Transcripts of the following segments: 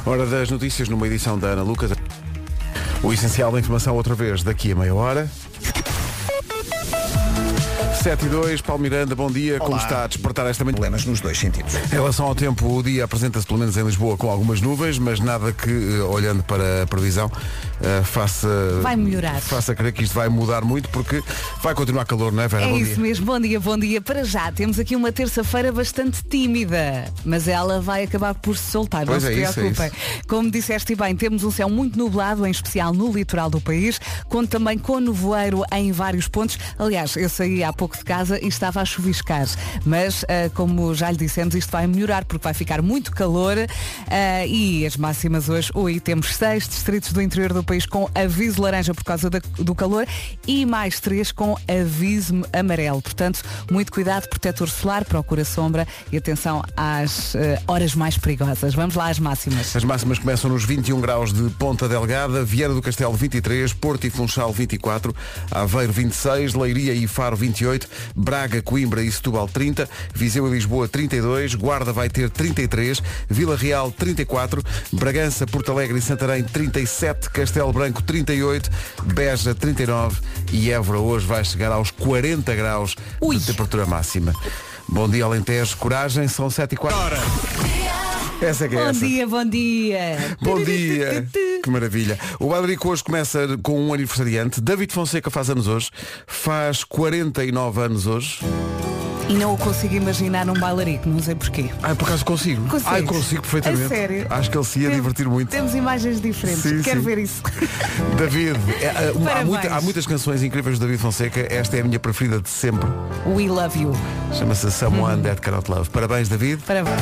Hora das notícias numa edição da Ana Lucas. O essencial da informação outra vez daqui a meia hora. 7:02, Paulo Miranda, bom dia. Olá. Como está a despertar esta manhã? Problemas nos dois sentidos. Em relação ao tempo, o dia apresenta-se pelo menos em Lisboa com algumas nuvens, mas nada que, olhando para a previsão, vai melhorar. Faça crer que isto vai mudar muito, porque vai continuar calor, não é, Vera? É Bom isso dia. mesmo, bom dia. Para já, temos aqui uma terça-feira bastante tímida, mas ela vai acabar por se soltar, Pois não é se isso, preocupem. Como disseste bem, temos um céu muito nublado, em especial no litoral do país, conto também com nevoeiro em vários pontos. Aliás, eu saí há pouco de casa e estava a chuviscar, mas como já lhe dissemos, isto vai melhorar porque vai ficar muito calor e as máximas hoje, temos 6 distritos do interior do país com aviso laranja por causa do calor e mais 3 com aviso amarelo. Portanto, muito cuidado, protetor solar, procura sombra e atenção às horas mais perigosas. Vamos lá às máximas. As máximas começam nos 21 graus de Ponta Delgada, Viana do Castelo 23, Porto e Funchal 24, Aveiro 26, Leiria e Faro 28, Braga, Coimbra e Setúbal 30, Viseu e Lisboa 32, Guarda vai ter 33, Vila Real 34, Bragança, Porto Alegre e Santarém 37, Castelo Branco 38, Beja 39 e Évora hoje vai chegar aos 40 graus de temperatura máxima. Bom dia, Alentejo, coragem, são 7:04. Essa é que é essa. Bom dia. Bom dia. Que maravilha. O Bailarico hoje começa com um aniversariante. David Fonseca faz anos hoje. Faz 49 anos hoje. E não o consigo imaginar num bailarico, não sei porquê. Por acaso consigo. Consegues? Consigo perfeitamente. A sério? Acho que ele se ia divertir muito. Temos imagens diferentes. Sim, Quero sim. ver isso. David, Parabéns. há muitas canções incríveis do David Fonseca. Esta é a minha preferida de sempre. We love you. Chama-se Someone That Cannot Love. Parabéns, David. Parabéns.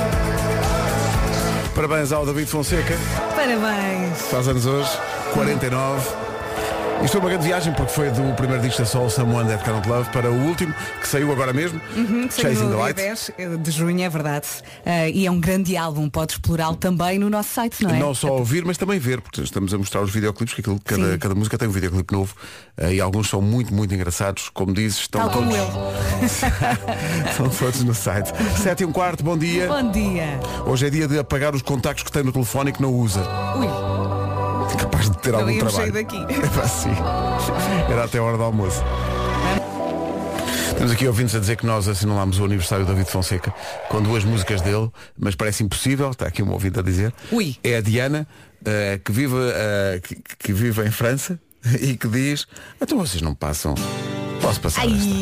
Parabéns ao David Fonseca. Parabéns. Faz anos hoje, 49. Isto foi uma grande viagem porque foi do primeiro disco da Soul, Someone That Cannot Love, para o último, que saiu agora mesmo, Chasing the No dia Light. 10 de junho, é verdade. E é um grande álbum, pode explorá-lo também no nosso site, não é? Não só ouvir, mas também ver, porque estamos a mostrar os videoclipes, que Sim. cada música tem um videoclipe novo, e alguns são muito, muito engraçados, como dizes, estão Tal como todos, eu. são todos no site. 7:15, bom dia. Bom dia. Hoje é dia de apagar os contactos que tem no telefone e que não usa. Ui, Capaz de ter não algum íamos trabalho. sair daqui. Sim. Era até a hora do almoço. Temos aqui ouvintes a dizer que nós assinalámos o aniversário do David Fonseca com 2 músicas dele, mas parece impossível, está aqui um ouvinte a dizer. Ui. É a Diana, que vive em França e que diz, então vocês não passam, posso passar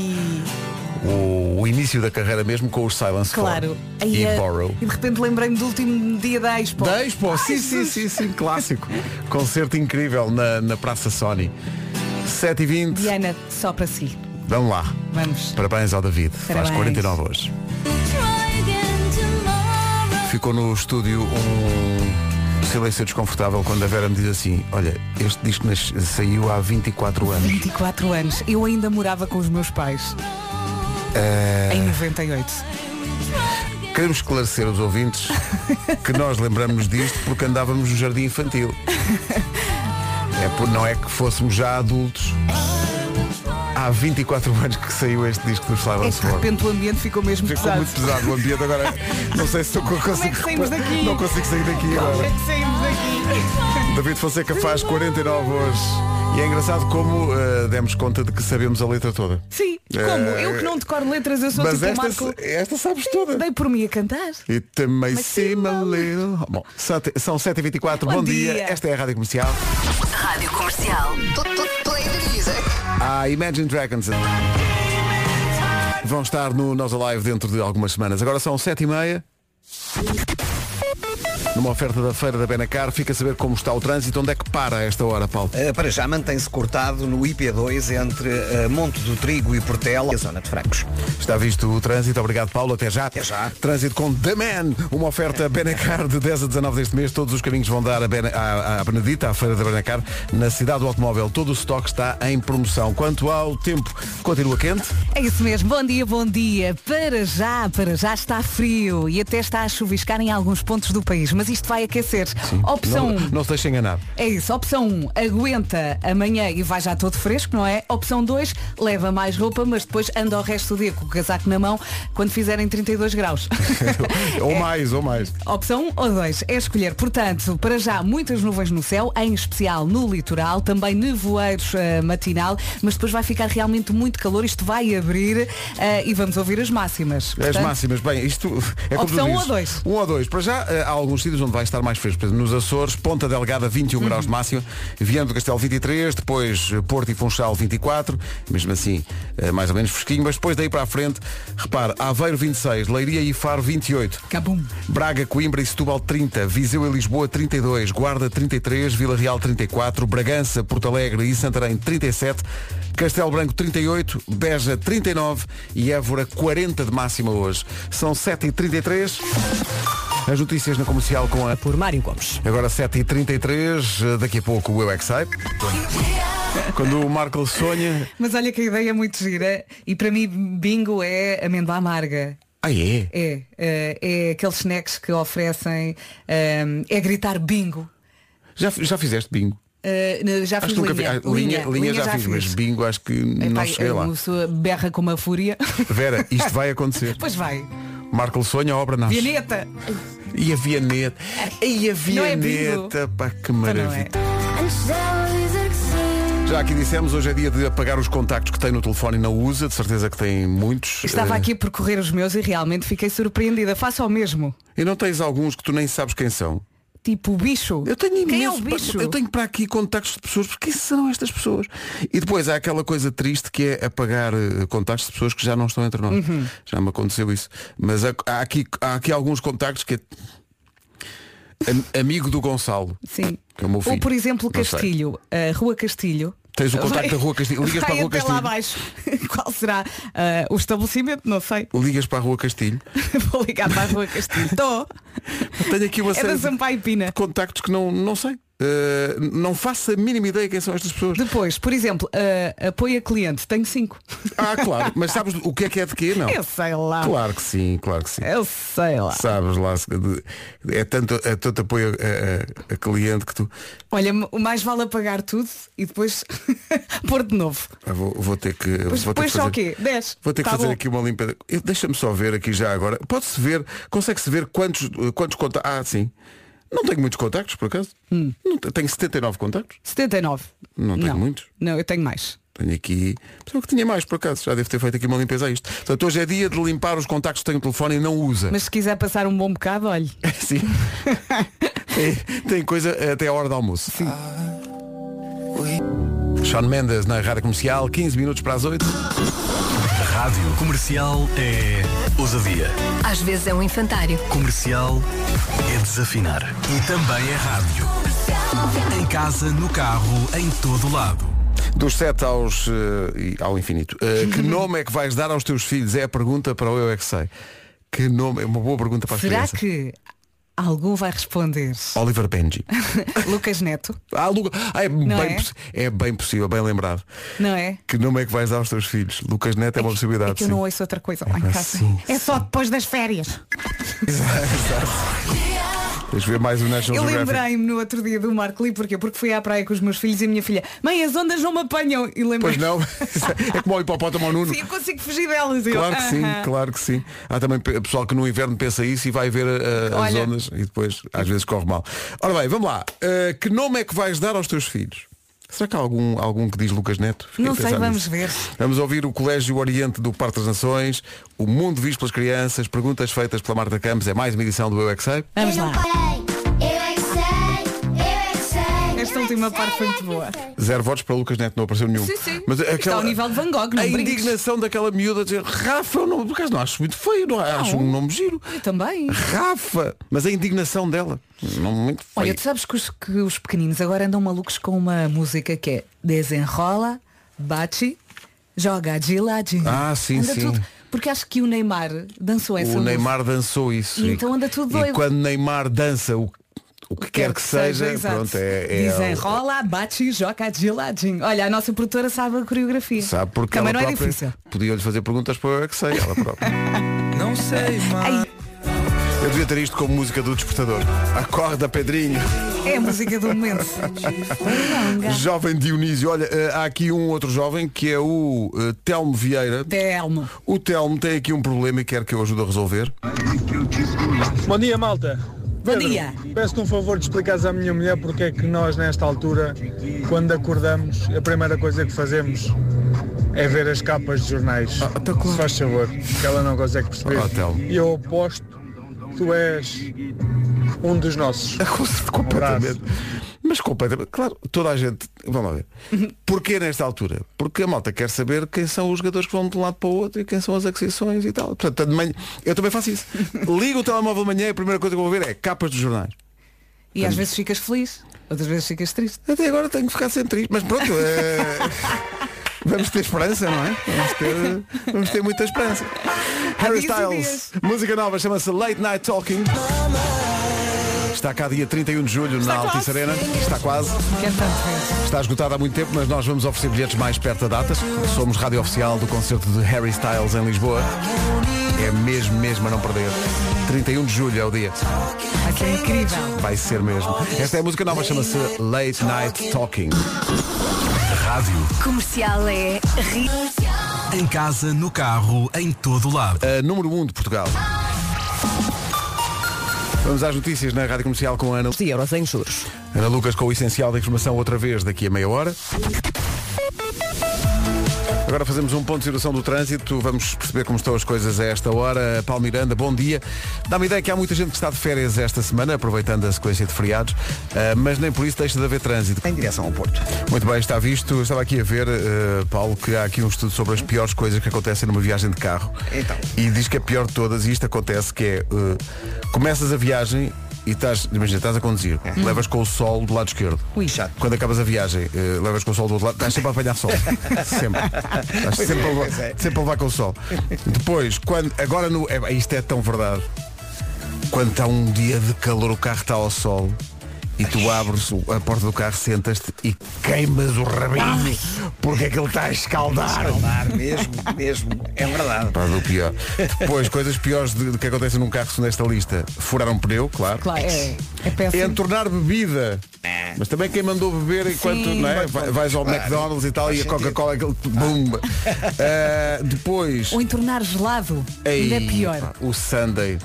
o início da carreira mesmo com os Silence claro. Four e Borrow. E de repente lembrei-me do último dia da Expo. Da Expo, sim, clássico. Concerto incrível na Praça Sony. 7:20. Diana, só para si. Vamos lá. Vamos. Parabéns ao David. Parabéns. Faz 49 hoje. Ficou no estúdio um silêncio desconfortável quando a Vera me diz assim, olha, este disco saiu há 24 anos. 24 anos. Eu ainda morava com os meus pais. Em 98. Queremos esclarecer os ouvintes que nós lembramos disto porque andávamos no jardim infantil. Não é que fôssemos já adultos. Há 24 anos que saiu este disco dos É Silence que de Four. repente o ambiente ficou mesmo Ficou pesado. muito pesado o ambiente agora. Não sei se eu consigo. Como é que saímos daqui? Não consigo sair daqui Como agora. é que saímos daqui? David Fonseca faz 49 hoje. E é engraçado como demos conta de que sabemos a letra toda. Sim, como? Eu que não decoro letras, eu sou Mas tipo Marco. esta sabes toda. Dei por mim a cantar. It may seem a little... Bom, são 7h24, bom dia. Esta é a Rádio Comercial. Rádio Comercial. Play the music. A Imagine Dragons vão estar no Nós Alive dentro de algumas semanas. Agora são 7h30. Numa oferta da Feira da Benacar, fica a saber como está o trânsito. Onde é que para a esta hora, Paulo? Para já mantém-se cortado no IP2 entre Monte do Trigo e Portela e a zona de Francos. Está visto o trânsito. Obrigado, Paulo. Até já. Até já. Trânsito com The Man. Uma oferta Benacar de 10 a 19 deste mês. Todos os caminhos vão dar à Benedita, à Feira da Benacar, na cidade do automóvel. Todo o estoque está em promoção. Quanto ao tempo, continua quente. É isso mesmo, bom dia. Para já está frio e até está a chuviscar em alguns pontos do país. Mas mas isto vai aquecer. Opção 1. Não se deixe enganar. É isso. Opção 1, aguenta amanhã e vai já todo fresco, não é? Opção 2, leva mais roupa, mas depois anda o resto do dia com o casaco na mão quando fizerem 32 graus. ou mais. Opção 1 ou 2, é escolher. Portanto, para já, muitas nuvens no céu, em especial no litoral, também nevoeiros matinal, mas depois vai ficar realmente muito calor, isto vai abrir e vamos ouvir as máximas. As máximas, bem, isto é como opção tu 1 dizes. ou 2? 1 ou 2. Para já, há alguns sítios onde vai estar mais fresco. Por exemplo, nos Açores, Ponta Delgada 21 graus de máxima, Viana do Castelo 23, depois Porto e Funchal 24, mesmo assim mais ou menos fresquinho, mas depois daí para a frente, repare, Aveiro 26, Leiria e Faro 28, Cabum. Braga, Coimbra e Setúbal 30, Viseu e Lisboa 32, Guarda 33, Vila Real 34, Bragança, Porto Alegre e Santarém 37, Castelo Branco 38, Beja 39 e Évora 40 de máxima hoje. São 7h33. As notícias na Comercial com a... Por Mário Gomes. Agora 7h33, daqui a pouco o Eu É Que Sei. Quando o Marco sonha... Mas olha que a ideia é muito gira e para mim bingo é amêndoa amarga. Ah, é? É aqueles snacks que oferecem, é gritar bingo. Já fizeste bingo? Já Acho fiz que nunca linha já fiz, mas bingo acho que não cheguei lá. Uma pessoa berra com uma fúria. Vera, isto vai acontecer. Pois vai. Marco sonha, a obra nasce. Vianeta. E a Vianeta. E a Vianeta, pá, que maravilha. Já aqui dissemos, hoje é dia de apagar os contactos que tem no telefone e não usa, de certeza que tem muitos. Estava aqui a percorrer os meus e realmente fiquei surpreendida. Faça o mesmo. E não tens alguns que tu nem sabes quem são? Tipo o bicho. Eu tenho imenso, Quem é o bicho? Eu tenho para aqui contactos de pessoas, porque quem são estas pessoas? E depois há aquela coisa triste que é apagar contactos de pessoas que já não estão entre nós. Já me aconteceu isso. Mas há aqui alguns contactos que é amigo do Gonçalo. Sim. Que é o meu filho. Ou por exemplo Não sei. Castilho, Rua Castilho. Tens o contacto da Rua Castilho. Ligas para a Rua até Castilho. lá abaixo. Qual será o estabelecimento? Não sei. Ligas para a Rua Castilho. Vou ligar para a Rua Castilho. Estou. Tenho aqui uma É da série Sampaio Pina. de contactos que não sei. Não faço a mínima ideia quem são estas pessoas. Depois, por exemplo, apoio a cliente. Tenho 5. Ah, claro. Mas sabes o que é de quê? Não. Eu sei lá. Claro que sim, claro que sim. Eu sei lá. Sabes lá, é tanto apoio a cliente que tu... Olha, o mais vale apagar tudo e depois pôr de novo. Vou ter que... Depois só o quê? 10. Vou ter que Tá fazer bom. aqui uma limpeza. Deixa-me só ver aqui já agora. Pode-se ver, consegue-se ver quantos contactos... Ah, sim. Não tenho muitos contactos, por acaso. Não tenho 79 contactos. 79. Não tenho muitos. Não, eu tenho mais. Tenho aqui... Pensava que tinha mais, por acaso. Já devo ter feito aqui uma limpeza a isto. Portanto, hoje é dia de limpar os contactos que tem o telefone e não usa. Mas se quiser passar um bom bocado, olhe. Sim. tem coisa até a hora do almoço. Sim. Shawn Mendes na Rádio Comercial, 15 minutos para as 8. Rádio Comercial é ousadia. Às vezes é um infantário. Comercial é desafinar. E também é rádio. Em casa, no carro, em todo lado. Dos 7 ao infinito. Que nome é que vais dar aos teus filhos? É a pergunta para o Eu É Que Sei. Que nome? É uma boa pergunta para as Será crianças. que algum vai responder? Oliver Benji. Lucas Neto? É bem possível, bem lembrado. Não é? Que nome é que vais dar aos teus filhos? Lucas Neto é uma possibilidade. É que eu sim. não ouço outra coisa lá em casa. sim, É só depois das férias. Deixa eu ver mais o National Eu Geographic. lembrei-me no outro dia do Marco Lee, porquê? Porque fui à praia com os meus filhos e a minha filha, mãe, as ondas não me apanham. E lembrei. Pois não. É como o hipopótamo ao Nuno. Sim, eu consigo fugir delas. Claro que sim, claro que sim. Há também pessoal que no inverno pensa isso e vai ver as Olha. ondas e depois às vezes corre mal. Ora bem, vamos lá. Que nome é que vais dar aos teus filhos? Será que há algum que diz Lucas Neto? Fiquei Não a sei, pensar vamos nisso. ver. Vamos ouvir o Colégio Oriente do Parque das Nações, o Mundo Visto pelas Crianças, perguntas feitas pela Marta Campos, é mais uma edição do Eu É Que Sei. Vamos lá. Eu é que sei, eu é que sei. Esta última parte foi muito boa. 0 votos para Lucas Neto, não apareceu nenhum. Sim, sim. Mas Está ao nível de Van Gogh, não a brinques. indignação daquela miúda a dizer Rafa, eu não, por acaso não acho muito feio, não acho um nome giro. Eu também. Rafa, mas a indignação dela, não muito feio. Olha, tu sabes que os pequeninos agora andam malucos com uma música que é desenrola, bate, joga de ladinho. Ah, sim, anda sim. Tudo, porque acho que o Neymar dançou essa O música. Neymar dançou isso. E então anda tudo doido. E quando Neymar dança o que quer que seja, exato. pronto, desenrola, bate, joga de ladinho. Olha, a nossa produtora sabe a coreografia. sabe porque também ela não é própria difícil. podia-lhe fazer perguntas para eu é que sei, ela própria. Não sei mais. Eu devia ter isto como música do despertador. Acorda, Pedrinho. É a música do momento. Jovem Dionísio. Olha, há aqui um outro jovem que é o Telmo Vieira. Telmo. O Telmo tem aqui um problema e quer que eu ajude a resolver. Bom dia, malta. Bom dia. Peço-te um favor de explicares à minha mulher porque é que nós, nesta altura, quando acordamos, a primeira coisa que fazemos é ver as capas de jornais. Tá claro. Se faz favor, que ela não consegue perceber. Telmo. E eu aposto que tu és um dos nossos. Completamente. Mas completamente. Claro, toda a gente. Vamos lá ver. Porquê nesta altura? Porque a malta quer saber quem são os jogadores que vão de um lado para o outro e quem são as aquisições e tal. Portanto, de manhã, eu também faço isso. Ligo o telemóvel de manhã e a primeira coisa que eu vou ver é capas dos jornais. E às vezes ficas feliz, outras vezes ficas triste. Até agora tenho que ficar sempre triste. Mas pronto, vamos ter esperança, não é? Vamos ter muita esperança. Harry Styles, música nova, chama-se Late Night Talking. Está cá dia 31 de julho na Altice Arena. Está quase. Quer tanto ver. Está esgotado há muito tempo, mas nós vamos oferecer bilhetes mais perto da data. Somos rádio oficial do concerto de Harry Styles em Lisboa. É mesmo a não perder. 31 de julho é o dia. Vai ser incrível. Vai ser mesmo. Esta é a música nova, chama-se Late Night Talking. Rádio. Comercial é Em casa, no carro, em todo lado. A número 1 de Portugal. Vamos às notícias na Rádio Comercial com a Ana. euros em juros. Ana Lucas com o essencial da informação outra vez daqui a meia hora. Agora fazemos um ponto de situação do trânsito. Vamos perceber como estão as coisas a esta hora. Paulo Miranda, bom dia. Dá-me ideia que há muita gente que está de férias esta semana, aproveitando a sequência de feriados, mas nem por isso deixa de haver trânsito. Em direção ao Porto. Muito bem, está visto. Eu estava aqui a ver, Paulo, que há aqui um estudo sobre as piores coisas que acontecem numa viagem de carro. Então. E diz que a pior de todas, e isto acontece, que é começas a viagem e estás a conduzir, levas com o sol do lado esquerdo. Ui, chato. Quando acabas a viagem, levas com o sol do outro lado, estás sempre a apanhar sol. Sempre. Estás sempre a levar com o sol. Depois, isto é tão verdade. Quando está um dia de calor, o carro está ao sol e tu abres a porta do carro, sentas-te e queimas o rabinho porque aquilo está a escaldar. Mesmo. É verdade. Pá, do pior. Depois, coisas piores de que acontecem num carro nesta lista. Furar um pneu, claro. Claro, é péssimo. Entornar bebida. Mas também quem mandou beber enquanto Sim. não é? Vais ao McDonald's e tal e a Coca-Cola aquele bumba. Depois. Ou entornar gelado. Ainda é pior. Pá, o Sunday.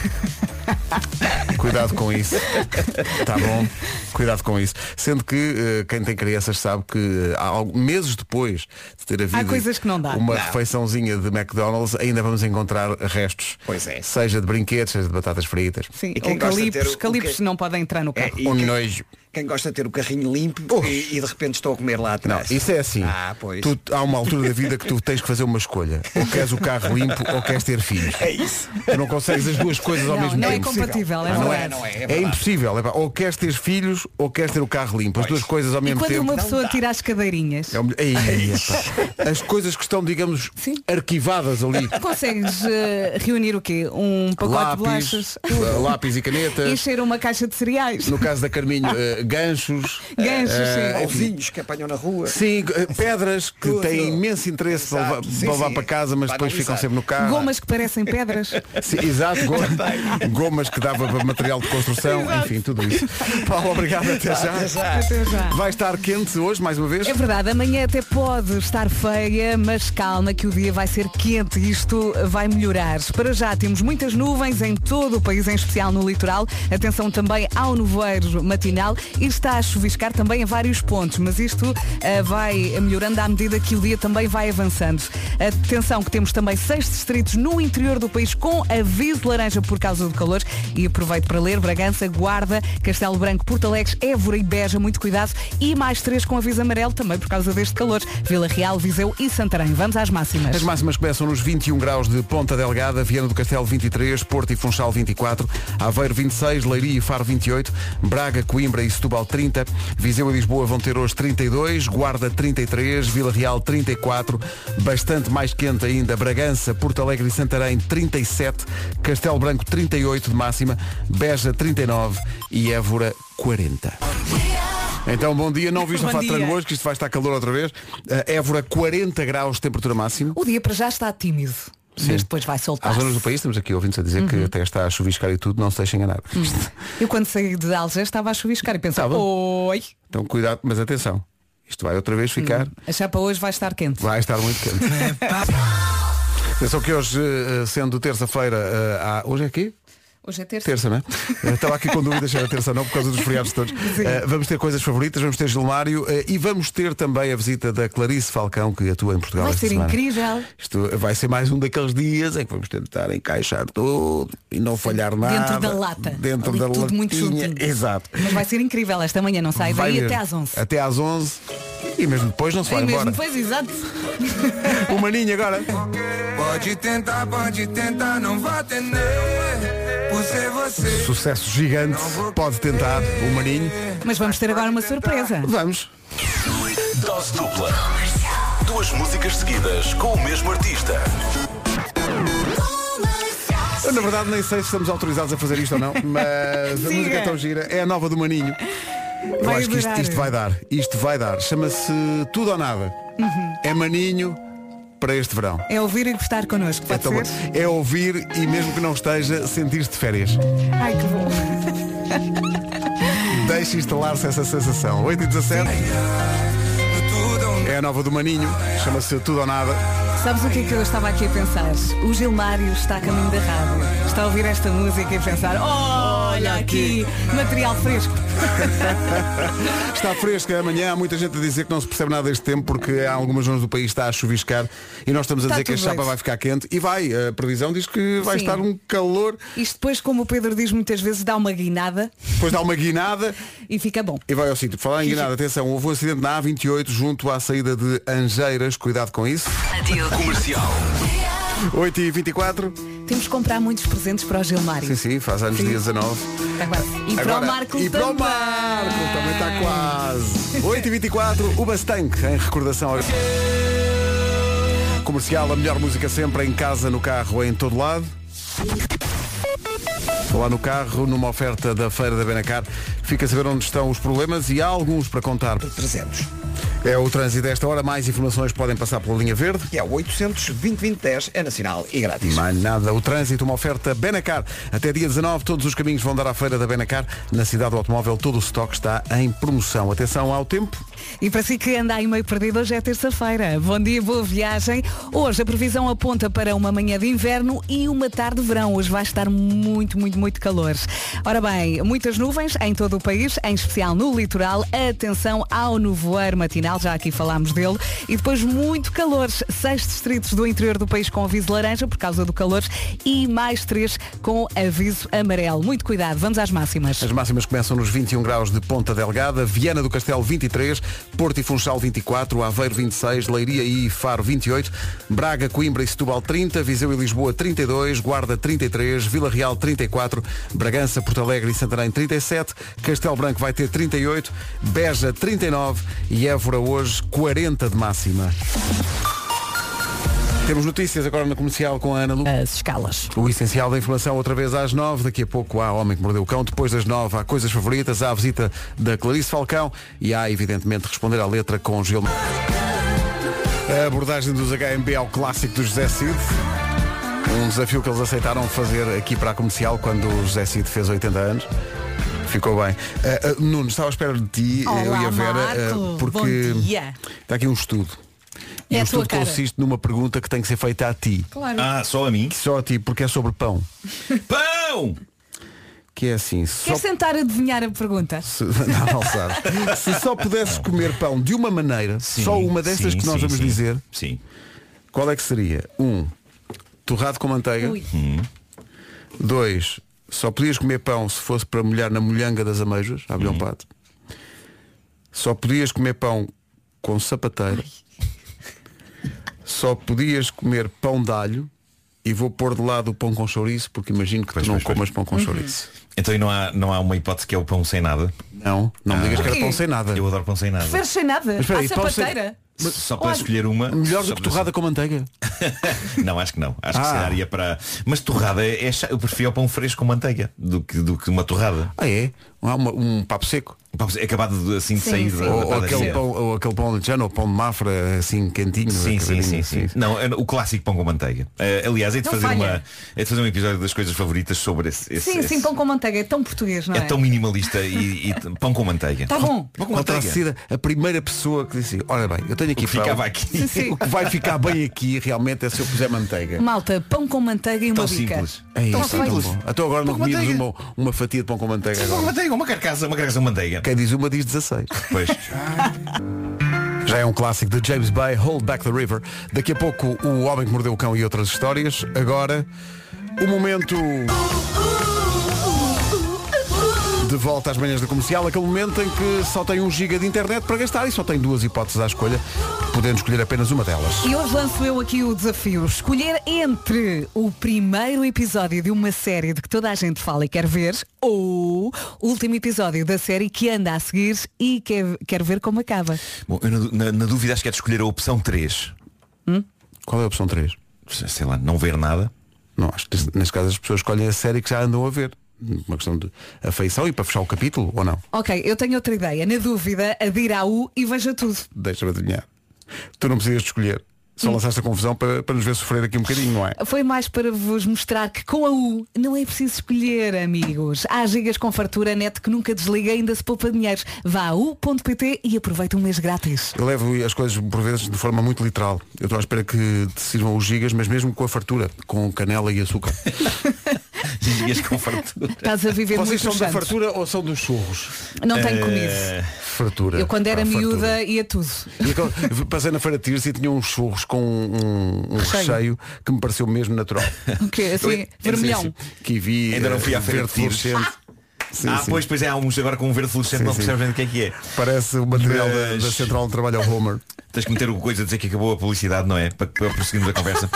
Cuidado com isso. Tá bom? Cuidado com isso. Sendo que quem tem crianças sabe que meses depois de ter havido há coisas que não dá. uma refeiçãozinha de McDonald's, ainda vamos encontrar restos. Pois é. Seja de brinquedos, seja de batatas fritas. Sim, E quem ou gosta de ter calipos não podem entrar no carro. E Um nojo. quem gosta de ter o carrinho limpo e de repente estou a comer lá Não, atrás. isso é assim. Pois. Há uma altura da vida que tu tens que fazer uma escolha. Ou queres o carro limpo ou queres ter filhos. É isso. Tu não consegues as duas coisas ao mesmo Não é tempo. compatível, é Não verdade. Não é É verdade. impossível. Ou queres ter filhos ou queres ter o carro limpo. As duas coisas ao E mesmo quando tempo. uma pessoa tira as cadeirinhas, As coisas que estão, digamos, Sim. arquivadas ali. consegues reunir o quê? Um pacote de bolachas, lápis e canetas. encher uma caixa de cereais, No caso da Carminho, ganchos. ganchos, sim. Ovinhos que apanham na rua. Sim, pedras que Tudo. têm imenso interesse para levar, Exato. para Sim, levar sim. para casa, mas Para depois ficam analisar. sempre no carro. Gomas que parecem pedras. Sim, exato, gomas que dava para material de construção, enfim, tudo isso. Paulo, obrigado, até já. Até já. Vai estar quente hoje, mais uma vez? É verdade, amanhã até pode estar feia, mas calma que o dia vai ser quente e isto vai melhorar. Para já temos muitas nuvens em todo o país, em especial no litoral. Atenção também ao nevoeiro matinal e está a chuviscar também em vários pontos, mas isto vai melhorando à medida que o dia também vai avançando. Atenção que temos também 6 distritos no interior do país com aviso de laranja por causa do calor e aproveito para ler Bragança, Guarda, Castelo Branco, Porto Alegre, Évora e Beja, muito cuidado, e mais 3 com aviso amarelo também por causa deste calor, Vila Real, Viseu e Santarém. Vamos às máximas. As máximas começam nos 21 graus de Ponta Delgada, Viana do Castelo 23, Porto e Funchal 24, Aveiro 26, Leiria e Faro 28, Braga, Coimbra e Setúbal 30, Viseu e Lisboa vão ter hoje 32, Guarda 33, Vila Real 34, bastante mais quente ainda Bragança, Porto Alegre e Santarém 37, Castelo Branco 38 de máxima, Beja 39 e Évora 40. Então, bom dia. Não viste Bom a fato de treino dia. hoje, que isto vai estar calor outra vez. Évora 40 graus de temperatura máxima. O dia para já está tímido. mas depois vai soltar. Há zonas do país, temos aqui ouvintes a dizer que até está a chuviscar e tudo, não se deixem enganar. Eu quando saí de Algés estava a chuviscar e pensava, oi. Então cuidado, mas atenção, isto vai outra vez ficar. A chapa hoje vai estar quente. Vai estar muito quente. Atenção que hoje, sendo terça-feira, hoje é aqui? Hoje é terça. Terça, não é? Estava aqui com dúvidas se era terça ou não, por causa dos feriados todos. Vamos ter coisas favoritas, vamos ter Gilmário e vamos ter também a visita da Clarice Falcão, que atua em Portugal. Vai esta ser semana. Incrível. Isto vai ser mais um daqueles dias em que vamos tentar encaixar tudo e não falhar nada. Dentro da lata. Dentro Ali da tudo muito latinha. juntinho. Exato. Mas vai ser incrível esta manhã, não sai daí mesmo. até às 11. Até às 11 e mesmo depois não se vai embora. Mesmo depois, exato. O Maninho agora. Pode tentar, não vai atender. Por ser você. Sucesso gigante. Pode tentar, o Maninho. Mas vamos ter agora uma surpresa. Vamos. Dose dupla. 2 músicas seguidas com o mesmo artista. Eu, na verdade, nem sei se estamos autorizados a fazer isto ou não, mas a música é tão gira. É a nova do Maninho. Eu acho que isto vai dar. Isto vai dar. Chama-se Tudo ou Nada. É Maninho para este verão. É ouvir e gostar connosco, pode ser? É ouvir e mesmo que não esteja, sentir-se de férias. Ai, que bom. Deixe instalar-se essa sensação. 8h17. É a nova do Maninho. Chama-se Tudo ou Nada. Sabes o que é que eu estava aqui a pensar? O Gilmário está a caminho da rádio. Está a ouvir esta música e a pensar, olha aqui, material fresco. Está fresca amanhã, há muita gente a dizer que não se percebe nada deste tempo porque há algumas zonas do país está a chuviscar e nós estamos a dizer que a chapa vai ficar quente e vai, a previsão diz que vai estar um calor. Isto depois, como o Pedro diz muitas vezes, dá uma guinada. Depois dá uma guinada e fica bom. E vai ao sítio. Falar em guinada, atenção, houve um acidente na A28 junto à saída de Angeiras, cuidado com isso. Comercial. 8h24. Temos que comprar muitos presentes para o Gilmário. Sim, faz anos dia 19. E para o Marco também. E para o Marco também está quase. 8h24, o Bastank, em recordação ao Comercial, a melhor música sempre, em casa, no carro, em todo lado. Lá no carro, numa oferta da Feira da Benacar, fica a saber onde estão os problemas e há alguns para contar. 300. É o trânsito desta hora, mais informações podem passar pela linha verde. E é o 800-2020-10, é nacional e grátis. Mais nada, o trânsito, uma oferta Benacar. Até dia 19, todos os caminhos vão dar à Feira da Benacar. Na cidade do automóvel, todo o estoque está em promoção. Atenção ao tempo. E para si que anda aí meio perdido, hoje é terça-feira. Bom dia, boa viagem. Hoje a previsão aponta para uma manhã de inverno e uma tarde de verão. Hoje vai estar muito calor. Ora bem, muitas nuvens em todo o país, em especial no litoral. Atenção ao nevoeiro matinal, já aqui falámos dele. E depois muito calor. 6 distritos do interior do país com aviso laranja por causa do calor e mais 3 com aviso amarelo. Muito cuidado, vamos às máximas. As máximas começam nos 21 graus de Ponta Delgada, Viana do Castelo 23, Porto e Funchal 24, Aveiro 26, Leiria e Faro 28, Braga, Coimbra e Setúbal 30, Viseu e Lisboa 32, Guarda 33, Vila Real 34, Bragança, Porto Alegre e Santarém 37, Castelo Branco vai ter 38, Beja 39 e Évora hoje 40 de máxima. Temos notícias agora na Comercial com a Ana Lu. As escalas. O essencial da informação outra vez às 9. Daqui a pouco há Homem que Mordeu o Cão. Depois das 9 há Coisas Favoritas. Há a visita da Clarice Falcão. E há, evidentemente, responder à letra com Gil. A abordagem dos HMB ao clássico do José Cid. Um desafio que eles aceitaram fazer aqui para a Comercial quando o José Cid fez 80 anos. Ficou bem. Nuno, estava à espera de ti, Olá, eu e a Vera, Marco. porque Bom dia. está aqui um estudo. E o estudo consiste numa pergunta que tem que ser feita a ti. Claro. Só a mim? Só a ti, porque é sobre pão. Pão! Que é assim. Queres tentar adivinhar a pergunta? Não sabes. Se só pudesses comer pão de uma maneira, só uma dessas que nós vamos dizer, qual é que seria? 1. Torrado com manteiga. 2. Só podias comer pão se fosse para molhar na molhanga das ameijas, abelhão pato. Só podias comer pão com sapateiro. Só podias comer pão de alho. E vou pôr de lado o pão com chouriço, porque imagino que tu não comas pão com chouriço. Então e não há uma hipótese que é o pão sem nada? Não me digas que era pão sem nada. Eu adoro pão sem nada. Preferes sem nada? Mas espera aí, à sapateira? Mas só para escolher uma. Melhor do que torrada com manteiga? Não, acho que não. Acho que se daria para. Mas torrada eu prefiro o pão fresco com manteiga do que uma torrada. Ah, é? Não há um papo seco. É acabado de, assim de Sim, sair sim. da Ou padaria. aquele pão de jano ou pão de mafra assim quentinho. Sim. acabadinho. Não, o clássico pão com manteiga. Aliás, é de Não fazer falha. um episódio das coisas favoritas sobre esse. Sim, pão com manteiga. É tão português, não é? É tão minimalista e pão com manteiga. Tá bom. Pão com Qual terá manteiga. sido a primeira pessoa que disse, olha bem, eu tenho aqui O que ficava pão. aqui. Sim. O que vai ficar bem aqui realmente é se eu puser manteiga. Malta, pão com manteiga e uma Tão bica. simples. É Tão isso, é tão simples. bom. Até agora não Pão com comíamos manteiga. uma fatia de pão com manteiga Pão com agora. manteiga, uma carcaça de manteiga. Quem diz uma diz 16. Pois. Já é um clássico de James Bay, Hold Back the River. Daqui a pouco O Homem que Mordeu o Cão e outras histórias. Agora, o momento de volta às manhãs da comercial, aquele momento em que só tem 1 GB de internet para gastar e só tem 2 hipóteses à escolha, podendo escolher apenas uma delas. E hoje lanço eu aqui o desafio. Escolher entre o primeiro episódio de uma série de que toda a gente fala e quer ver, ou o último episódio da série que anda a seguir e quer ver como acaba. Bom, eu na dúvida acho que é de escolher a opção 3. Qual é a opção 3? Sei lá, não ver nada. Não, acho que neste caso as pessoas escolhem a série que já andam a ver. Uma questão de afeição e para fechar o capítulo, ou não? Ok, eu tenho outra ideia. Na dúvida, adira a U e veja tudo. Deixa-me adivinhar. Tu não precisas de escolher. Só lançaste a confusão para nos ver sofrer aqui um bocadinho, não é? Foi mais para vos mostrar que com a U não é preciso escolher, amigos. Há gigas com fartura, net que nunca desliga, ainda se poupa dinheiro. Vá a u.pt e aproveita um mês grátis. Eu levo as coisas por vezes de forma muito literal. Eu estou à espera que te sirvam os gigas, mas mesmo com a fartura, com canela e açúcar. Gigas com fartura. Estás a viver Vocês muito são da fartura ou são dos churros? Não tenho comido. Fartura. Eu quando era Fartura. miúda ia tudo. E passei na Feira de Tiros e tinha uns churros com um recheio que me pareceu mesmo natural. O quê? Assim, vermelhão. Kiwi, Ainda não fui à Feira de Tiros. fluorescente. Sim, sim. Pois há uns agora com um verde fluorescente, Sim, não sim. percebes bem o que é. Parece o material Mas- da Central onde trabalha o Homer. Tens que meter o coisa a dizer que acabou a publicidade, não é? Para prosseguirmos a conversa.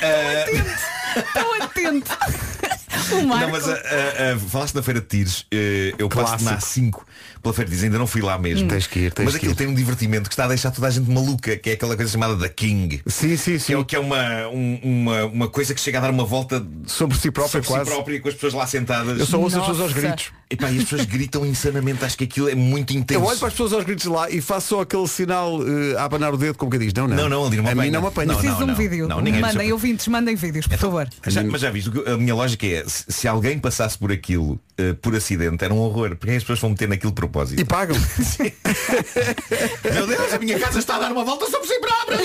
Tão atento. O Marco. Não, mas falaste na Feira de Tiros. Eu passo na Clássico. A5 pela Feira de Tiros, ainda não fui lá mesmo. Tens que ir, mas que aquilo ir. tem um divertimento que está a deixar toda a gente maluca, que é aquela coisa chamada da King. Sim, sim, sim. Que é uma coisa que chega a dar uma volta Sobre si própria, sobre quase. si própria, com as pessoas lá sentadas. Eu só ouço as pessoas aos Nossa. gritos. Epá, e as pessoas gritam insanamente. Acho que aquilo é muito intenso. Eu olho para as pessoas aos gritos lá e faço só aquele sinal a abanar o dedo, como que diz. Não, Não, ali não me a mim apanha. não me apanha. Não, Preciso de um não. vídeo. Não, ninguém Mandem nos- ouvintes, mandem vídeos, por favor. Mas já viste, a minha lógica é, se alguém passasse por aquilo por acidente, era um horror. Porque as pessoas vão meter naquilo de propósito. E pagam. Meu Deus, a minha casa está a dar uma volta sobre si própria.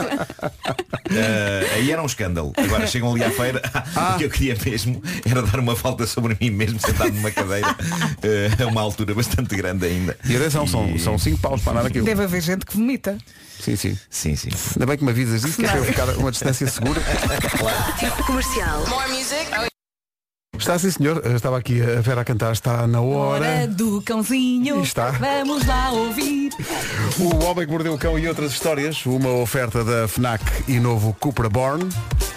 Aí era um escândalo. Agora chegam ali à feira. O que eu queria mesmo era dar uma volta sobre mim mesmo, sentado numa cadeira a uma altura bastante grande ainda. E atenção, são 5 paus para andar aquilo. Deve haver gente que vomita. Sim, sim. Sim, sim. Ainda bem que me avisas disso, que é para eu ficar a uma distância segura. Comercial. More music. Está sim, senhor. Estava aqui a Vera a cantar. Está na Hora hora. do cãozinho. Está. Vamos lá ouvir. O Homem que Mordeu o Cão e outras histórias. Uma oferta da FNAC e novo Cupra Born.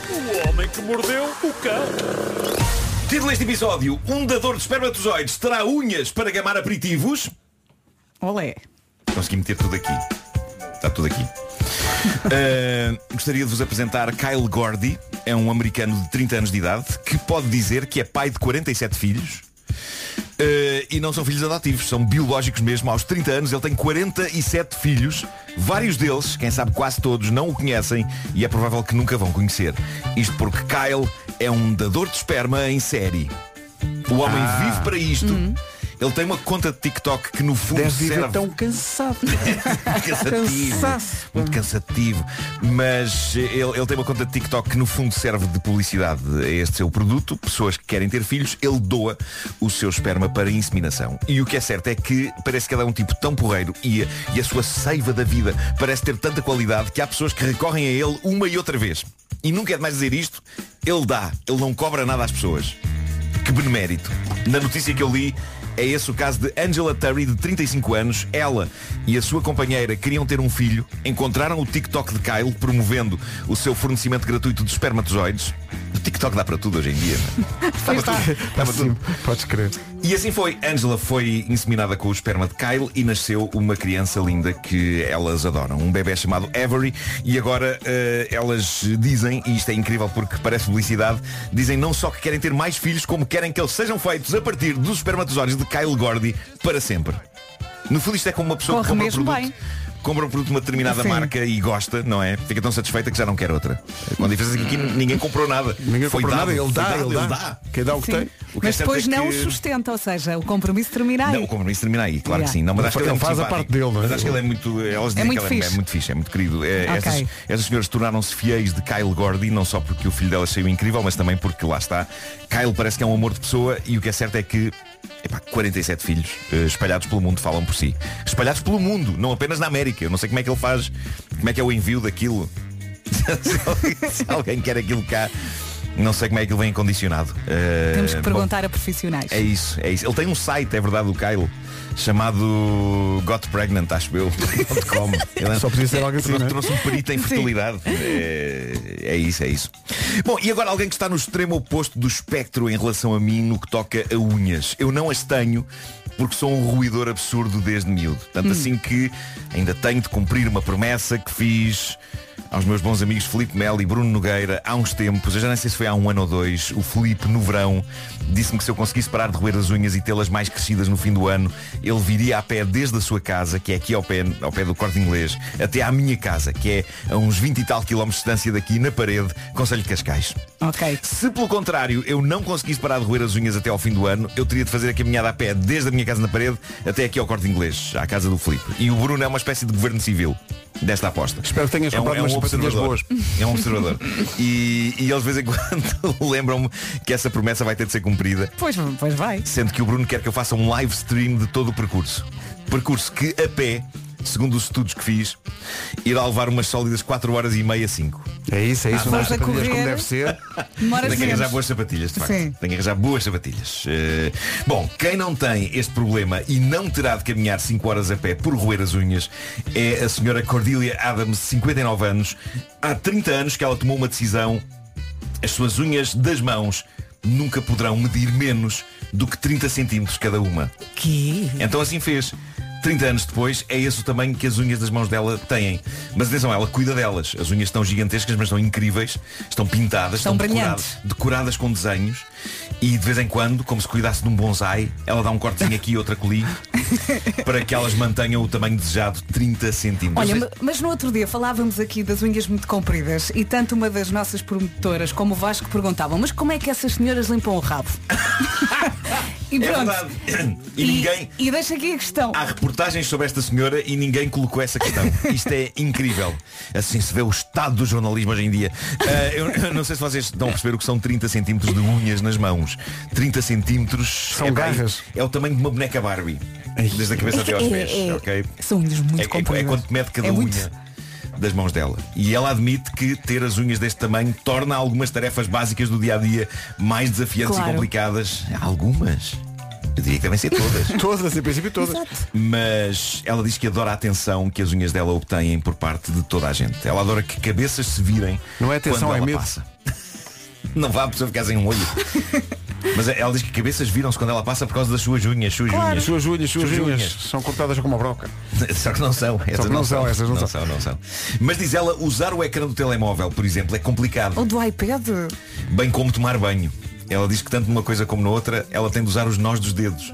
Título deste episódio: um dador de espermatozoides terá unhas para gamar aperitivos. Olé. Consegui meter tudo aqui. Está tudo aqui. Gostaria de vos apresentar Kyle Gordy. É um americano de 30 anos de idade que pode dizer que é pai de 47 filhos. E não são filhos adotivos, são biológicos mesmo. Aos 30 anos ele tem 47 filhos. Vários deles, quem sabe quase todos, não o conhecem e é provável que nunca vão conhecer. Isto porque Kyle é um dador de esperma em série. O homem vive para isto. Ele tem uma conta de TikTok que no fundo Deve viver serve tão cansado. cansativo, Cansaço. muito cansativo. Mas ele tem uma conta de TikTok que no fundo serve de publicidade a este seu produto. Pessoas que querem ter filhos, ele doa o seu esperma para inseminação. E o que é certo é que parece que ele é um tipo tão porreiro e a sua seiva da vida parece ter tanta qualidade que há pessoas que recorrem a ele uma e outra vez. E nunca é demais dizer isto, ele dá, ele não cobra nada às pessoas. Que benemérito. Na notícia que eu li, é esse o caso de Angela Terry, de 35 anos. Ela e a sua companheira queriam ter um filho, encontraram o TikTok de Kyle promovendo o seu fornecimento gratuito de espermatozoides O TikTok dá para tudo hoje em dia. Dá para tudo. Podes crer. E assim foi. Angela foi inseminada com o esperma de Kyle e nasceu uma criança linda que elas adoram. Um bebê chamado Avery. E agora elas dizem, e isto é incrível porque parece publicidade, dizem não só que querem ter mais filhos, como querem que eles sejam feitos a partir dos espermatozoides de Kyle Gordy para sempre. No fundo isto é como uma pessoa que compra um produto de uma determinada marca e gosta, não é? Fica tão satisfeita que já não quer outra. Com a diferença que aqui ninguém comprou nada. Ninguém comprou nada, ele dá. Quem dá o que tem. Mas depois não o sustenta, ou seja, o compromisso termina aí. Não, o compromisso termina aí, claro que sim. Não, mas acho que ele faz a parte dele, não é? Mas acho que ele é muito. Elas dizem que ele é muito fixe, é muito querido. Essas senhoras tornaram-se fiéis de Kyle Gordy, não só porque o filho delas saiu incrível, mas também porque lá está. Kyle parece que é um amor de pessoa e o que é certo é que 47 filhos espalhados pelo mundo falam por si. Espalhados pelo mundo, não apenas na América. Eu não sei como é que ele faz, como é que é o envio daquilo. Se alguém quer aquilo cá, não sei como é que ele vem condicionado. Temos que perguntar a profissionais. É isso. Ele tem um site, é verdade, o Kyle, chamado Got Pregnant, acho eu. Só podia ser algo assim, trouxe um perito em fertilidade. É isso. Bom, e agora alguém que está no extremo oposto do espectro em relação a mim no que toca a unhas. Eu não as tenho porque sou um roedor absurdo desde miúdo. Tanto assim que ainda tenho de cumprir uma promessa que fiz aos meus bons amigos Filipe Melo e Bruno Nogueira há uns tempos. Eu já nem sei se foi há 1 ano ou 2. O Filipe, no verão, disse-me que se eu conseguisse parar de roer as unhas e tê-las mais crescidas no fim do ano, ele viria a pé desde a sua casa, que é aqui ao pé do Corte Inglês, até à minha casa, que é a uns 20 e tal quilómetros de distância daqui, na parede, Concelho de Cascais. Ok. Se pelo contrário eu não conseguisse parar de roer as unhas até ao fim do ano, eu teria de fazer a caminhada a pé desde a minha casa na parede até aqui ao Corte Inglês, à casa do Filipe. E o Bruno é uma espécie de governo civil desta aposta. Espero que tenhas comprado umas sapatilhas boas. É um observador. E eles de vez em quando lembram-me que essa promessa vai ter de ser cumprida. Pois vai. Sendo que o Bruno quer que eu faça um live stream de todo o percurso. Percurso que a pé, segundo os estudos que fiz, irá levar umas sólidas 4 horas e meia, 5. É isso, umas sapatilhas como deve ser. Tenho que arranjar boas sapatilhas, de facto. Sim. Tenho que arranjar boas sapatilhas. Bom, quem não tem este problema e não terá de caminhar 5 horas a pé por roer as unhas é a senhora Cordelia Adams, 59 anos. Há 30 anos que ela tomou uma decisão. As suas unhas das mãos nunca poderão medir menos do que 30 centímetros cada uma. Que? Então assim fez. 30 anos depois, é esse o tamanho que as unhas das mãos dela têm. Mas atenção, ela cuida delas. As unhas estão gigantescas, mas estão incríveis. Estão pintadas, estão decoradas com desenhos. E de vez em quando, como se cuidasse de um bonsai, ela dá um cortezinho aqui e outro acolhi para que elas mantenham o tamanho desejado, 30 centímetros. Olha, mas no outro dia falávamos aqui das unhas muito compridas e tanto uma das nossas promotoras como o Vasco perguntavam, mas como é que essas senhoras limpam o rabo? E pronto. É verdade. E ninguém... E deixa aqui a questão. Há reportagens sobre esta senhora e ninguém colocou essa questão. Isto é incrível. Assim se vê o estado do jornalismo hoje em dia. Eu não sei se vocês estão a perceber o que são 30 centímetros de unhas nas mãos. 30 centímetros são garras. É o tamanho de uma boneca Barbie. Desde a cabeça até aos pés. Okay? São unhas muito compridas. É quanto mede cada unha das mãos dela. E ela admite que ter as unhas deste tamanho torna algumas tarefas básicas do dia-a-dia mais desafiantes e complicadas. Algumas. Eu diria que devem ser todas. Todas, em princípio todas. Exato. Mas ela diz que adora a atenção que as unhas dela obtêm por parte de toda a gente. Ela adora que cabeças se virem. Não é atenção, é medo. Passa. Não vá a pessoa ficar sem um olho. Mas ela diz que cabeças viram-se quando ela passa por causa das suas unhas. Suas unhas são cortadas como uma broca. Só que não são. Essas não são. Mas diz ela, usar o ecrã do telemóvel, por exemplo, é complicado. Ou do iPad. Bem como tomar banho. Ela diz que tanto numa coisa como na outra, ela tem de usar os nós dos dedos.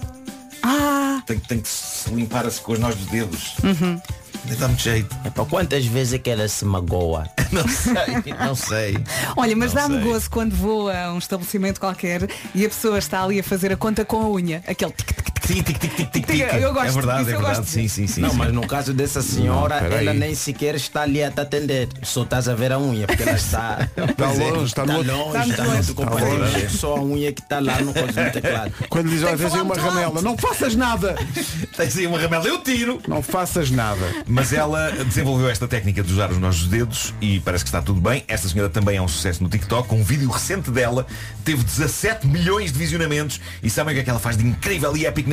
Tem que se limpar-se com os nós dos dedos. Dá muito jeito. É para quantas vezes é que ela se magoa? Não sei. Olha, mas dá-me gozo quando vou a um estabelecimento qualquer e a pessoa está ali a fazer a conta com a unha. Aquele tic-tic-tic-tic-tic. Eu gosto. É verdade. Sim. Não, mas no caso dessa senhora, ela nem sequer está ali a te atender. Só estás a ver a unha, porque ela está longe, está no outro compartilho. Só a unha que está lá no teclado. Quando diz, olha, tens aí uma ramela, não faças nada. Tens aí uma ramela, eu tiro. Não faças nada. Mas ela desenvolveu esta técnica de usar os nossos dedos e parece que está tudo bem. Esta senhora também é um sucesso no TikTok. Um vídeo recente dela teve 17 milhões de visionamentos. E sabem o que é que ela faz de incrível e épico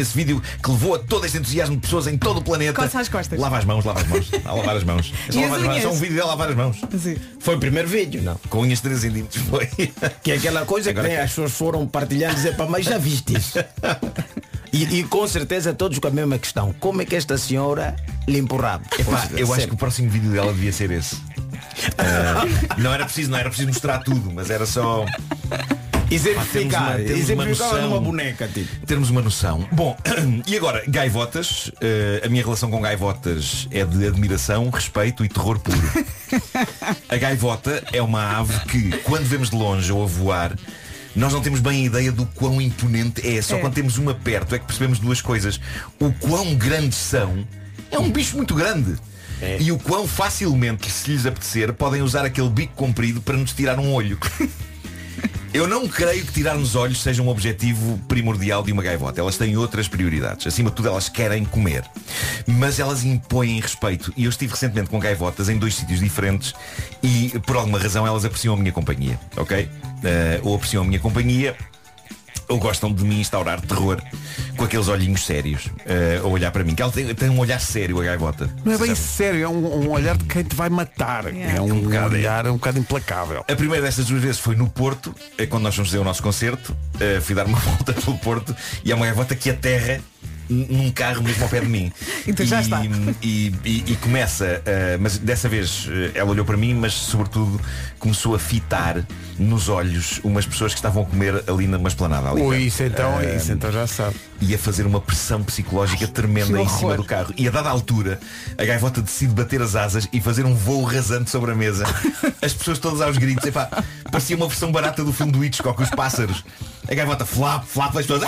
nesse vídeo que levou a todo este entusiasmo de pessoas em todo o planeta. Coça as costas. Lava as mãos. A lavar as mãos. É só um vídeo de lavar as mãos. Sim. Foi o primeiro vídeo, não? Com unhas de 3 centímetros. Foi. Que é aquela coisa Agora que as pessoas foram partilhando e dizer, pá, mas já viste isso? E com certeza todos com a mesma questão. Como é que esta senhora limpa o rabo? Epá, eu acho que o próximo vídeo dela devia ser esse. Não era preciso mostrar tudo, mas era só exemplificar numa boneca, tipo. Termos uma noção. Bom, e agora, gaivotas. A minha relação com gaivotas é de admiração, respeito e terror puro. A gaivota é uma ave que, quando vemos de longe ou a voar, nós não temos bem a ideia do quão imponente é. Só quando temos uma perto é que percebemos duas coisas. O quão grandes são. É um bicho muito grande. E o quão facilmente, se lhes apetecer, podem usar aquele bico comprido para nos tirar um olho. Eu não creio que tirar-nos olhos seja um objetivo primordial de uma gaivota. Elas têm outras prioridades. Acima de tudo, elas querem comer. Mas elas impõem respeito. E eu estive recentemente com gaivotas em 2 sítios diferentes e, por alguma razão, elas apreciam a minha companhia. Ok? Ou apreciam a minha companhia, ou gostam de me instaurar terror com aqueles olhinhos sérios a olhar para mim. Que ela tem um olhar sério, a gaivota. Não é bem sério, é um olhar de quem te vai matar. É um olhar um bocado implacável. A primeira destas 2 vezes foi no Porto, quando nós fomos fazer o nosso concerto. Fui dar uma volta pelo Porto e há uma gaivota que aterra num carro mesmo ao pé de mim. Então já está. E começa, mas dessa vez ela olhou para mim, mas sobretudo começou a fitar nos olhos umas pessoas que estavam a comer ali numa esplanada. Isso então já sabe. E a fazer uma pressão psicológica tremenda em cima do carro. E a dada altura, a gaivota decide bater as asas e fazer um voo rasante sobre a mesa. As pessoas todas aos gritos. Epá, parecia uma versão barata do filme do Hitchcock, os pássaros. A gaivota flap, as pessoas.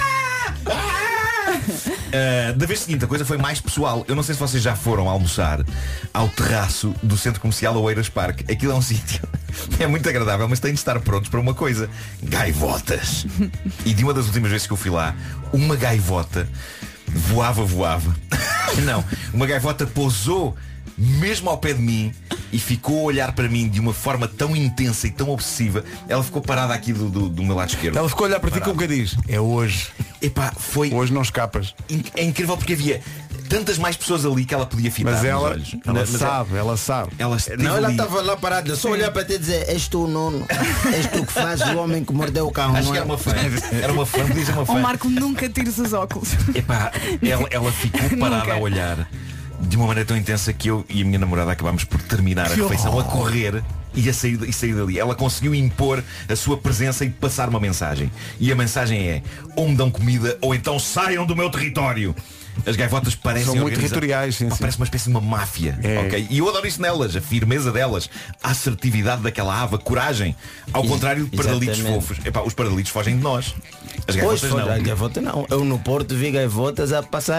Da vez seguinte a coisa foi mais pessoal. Eu não sei se vocês já foram almoçar ao terraço do centro comercial Oeiras Parque. Aquilo é um sítio, é muito agradável, mas têm de estar prontos para uma coisa: gaivotas. E de uma das últimas vezes que eu fui lá, uma gaivota voava. Não, uma gaivota pousou mesmo ao pé de mim e ficou a olhar para mim de uma forma tão intensa e tão obsessiva. Ela ficou parada aqui do meu lado esquerdo. Ela ficou a olhar para ti como que diz: é hoje. Epá, foi... Hoje não escapas. É incrível porque havia tantas mais pessoas ali que ela podia fitar. Mas nos olhos. Ela sabe. Ela estava lá parada, só olhar para ti e dizer: és tu, Nono. És tu que faz o homem que mordeu o cão. Acho que era uma fã. Era uma fã, diz uma fã. O Marco nunca tires os óculos. Epá, ela ficou parada a olhar de uma maneira tão intensa que eu e a minha namorada acabámos por terminar a refeição a correr e sair dali. Ela conseguiu impor a sua presença e passar uma mensagem. E a mensagem é: ou me dão comida ou então saiam do meu território. As gaivotas parecem são muito territoriais, sim. Parece uma espécie de uma máfia. Okay? E eu adoro isso nelas, a firmeza delas, a assertividade daquela ave, a coragem. Ao contrário de pardalitos fofos. Epá, os pardalitos fogem de nós. As gaivotas não. A gaivota não. Eu no Porto vi gaivotas a passar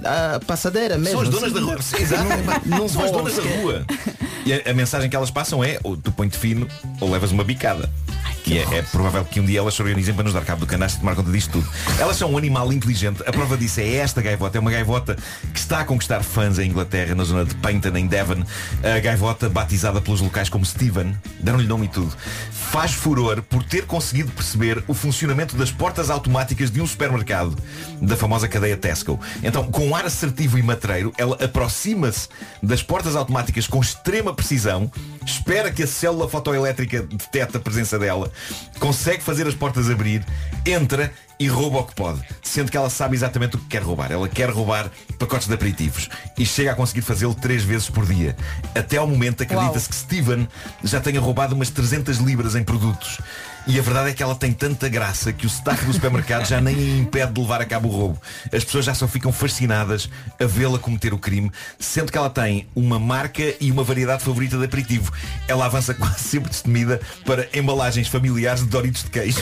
a passadeira mesmo. São as donas da rua. Exato. Não são as donas da rua. E a mensagem que elas passam é: ou tu põe-te fino ou levas uma bicada. E é provável que um dia elas se organizem para nos dar cabo do canasto e tomar conta disto tudo. Elas são um animal inteligente. A prova disso é esta gaivota. É uma gaivota que está a conquistar fãs em Inglaterra, na zona de Paignton, em Devon. A gaivota, batizada pelos locais como Steven, deram-lhe nome e tudo, faz furor por ter conseguido perceber o funcionamento das portas automáticas de um supermercado da famosa cadeia Tesco. Então, com um ar assertivo e matreiro, ela aproxima-se das portas automáticas com extrema precisão, espera que a célula fotoelétrica detecte a presença dela, consegue fazer as portas abrir, entra e rouba o que pode, sendo que ela sabe exatamente o que quer roubar. Ela quer roubar pacotes de aperitivos e chega a conseguir fazê-lo 3 vezes por dia. Até ao momento acredita-se que Steven já tenha roubado umas 300 libras em produtos. E a verdade é que ela tem tanta graça que o staff do supermercado já nem a impede de levar a cabo o roubo. As pessoas já só ficam fascinadas a vê-la cometer o crime, sendo que ela tem uma marca e uma variedade favorita de aperitivo. Ela avança quase sempre destemida para embalagens familiares de Doritos de queijo.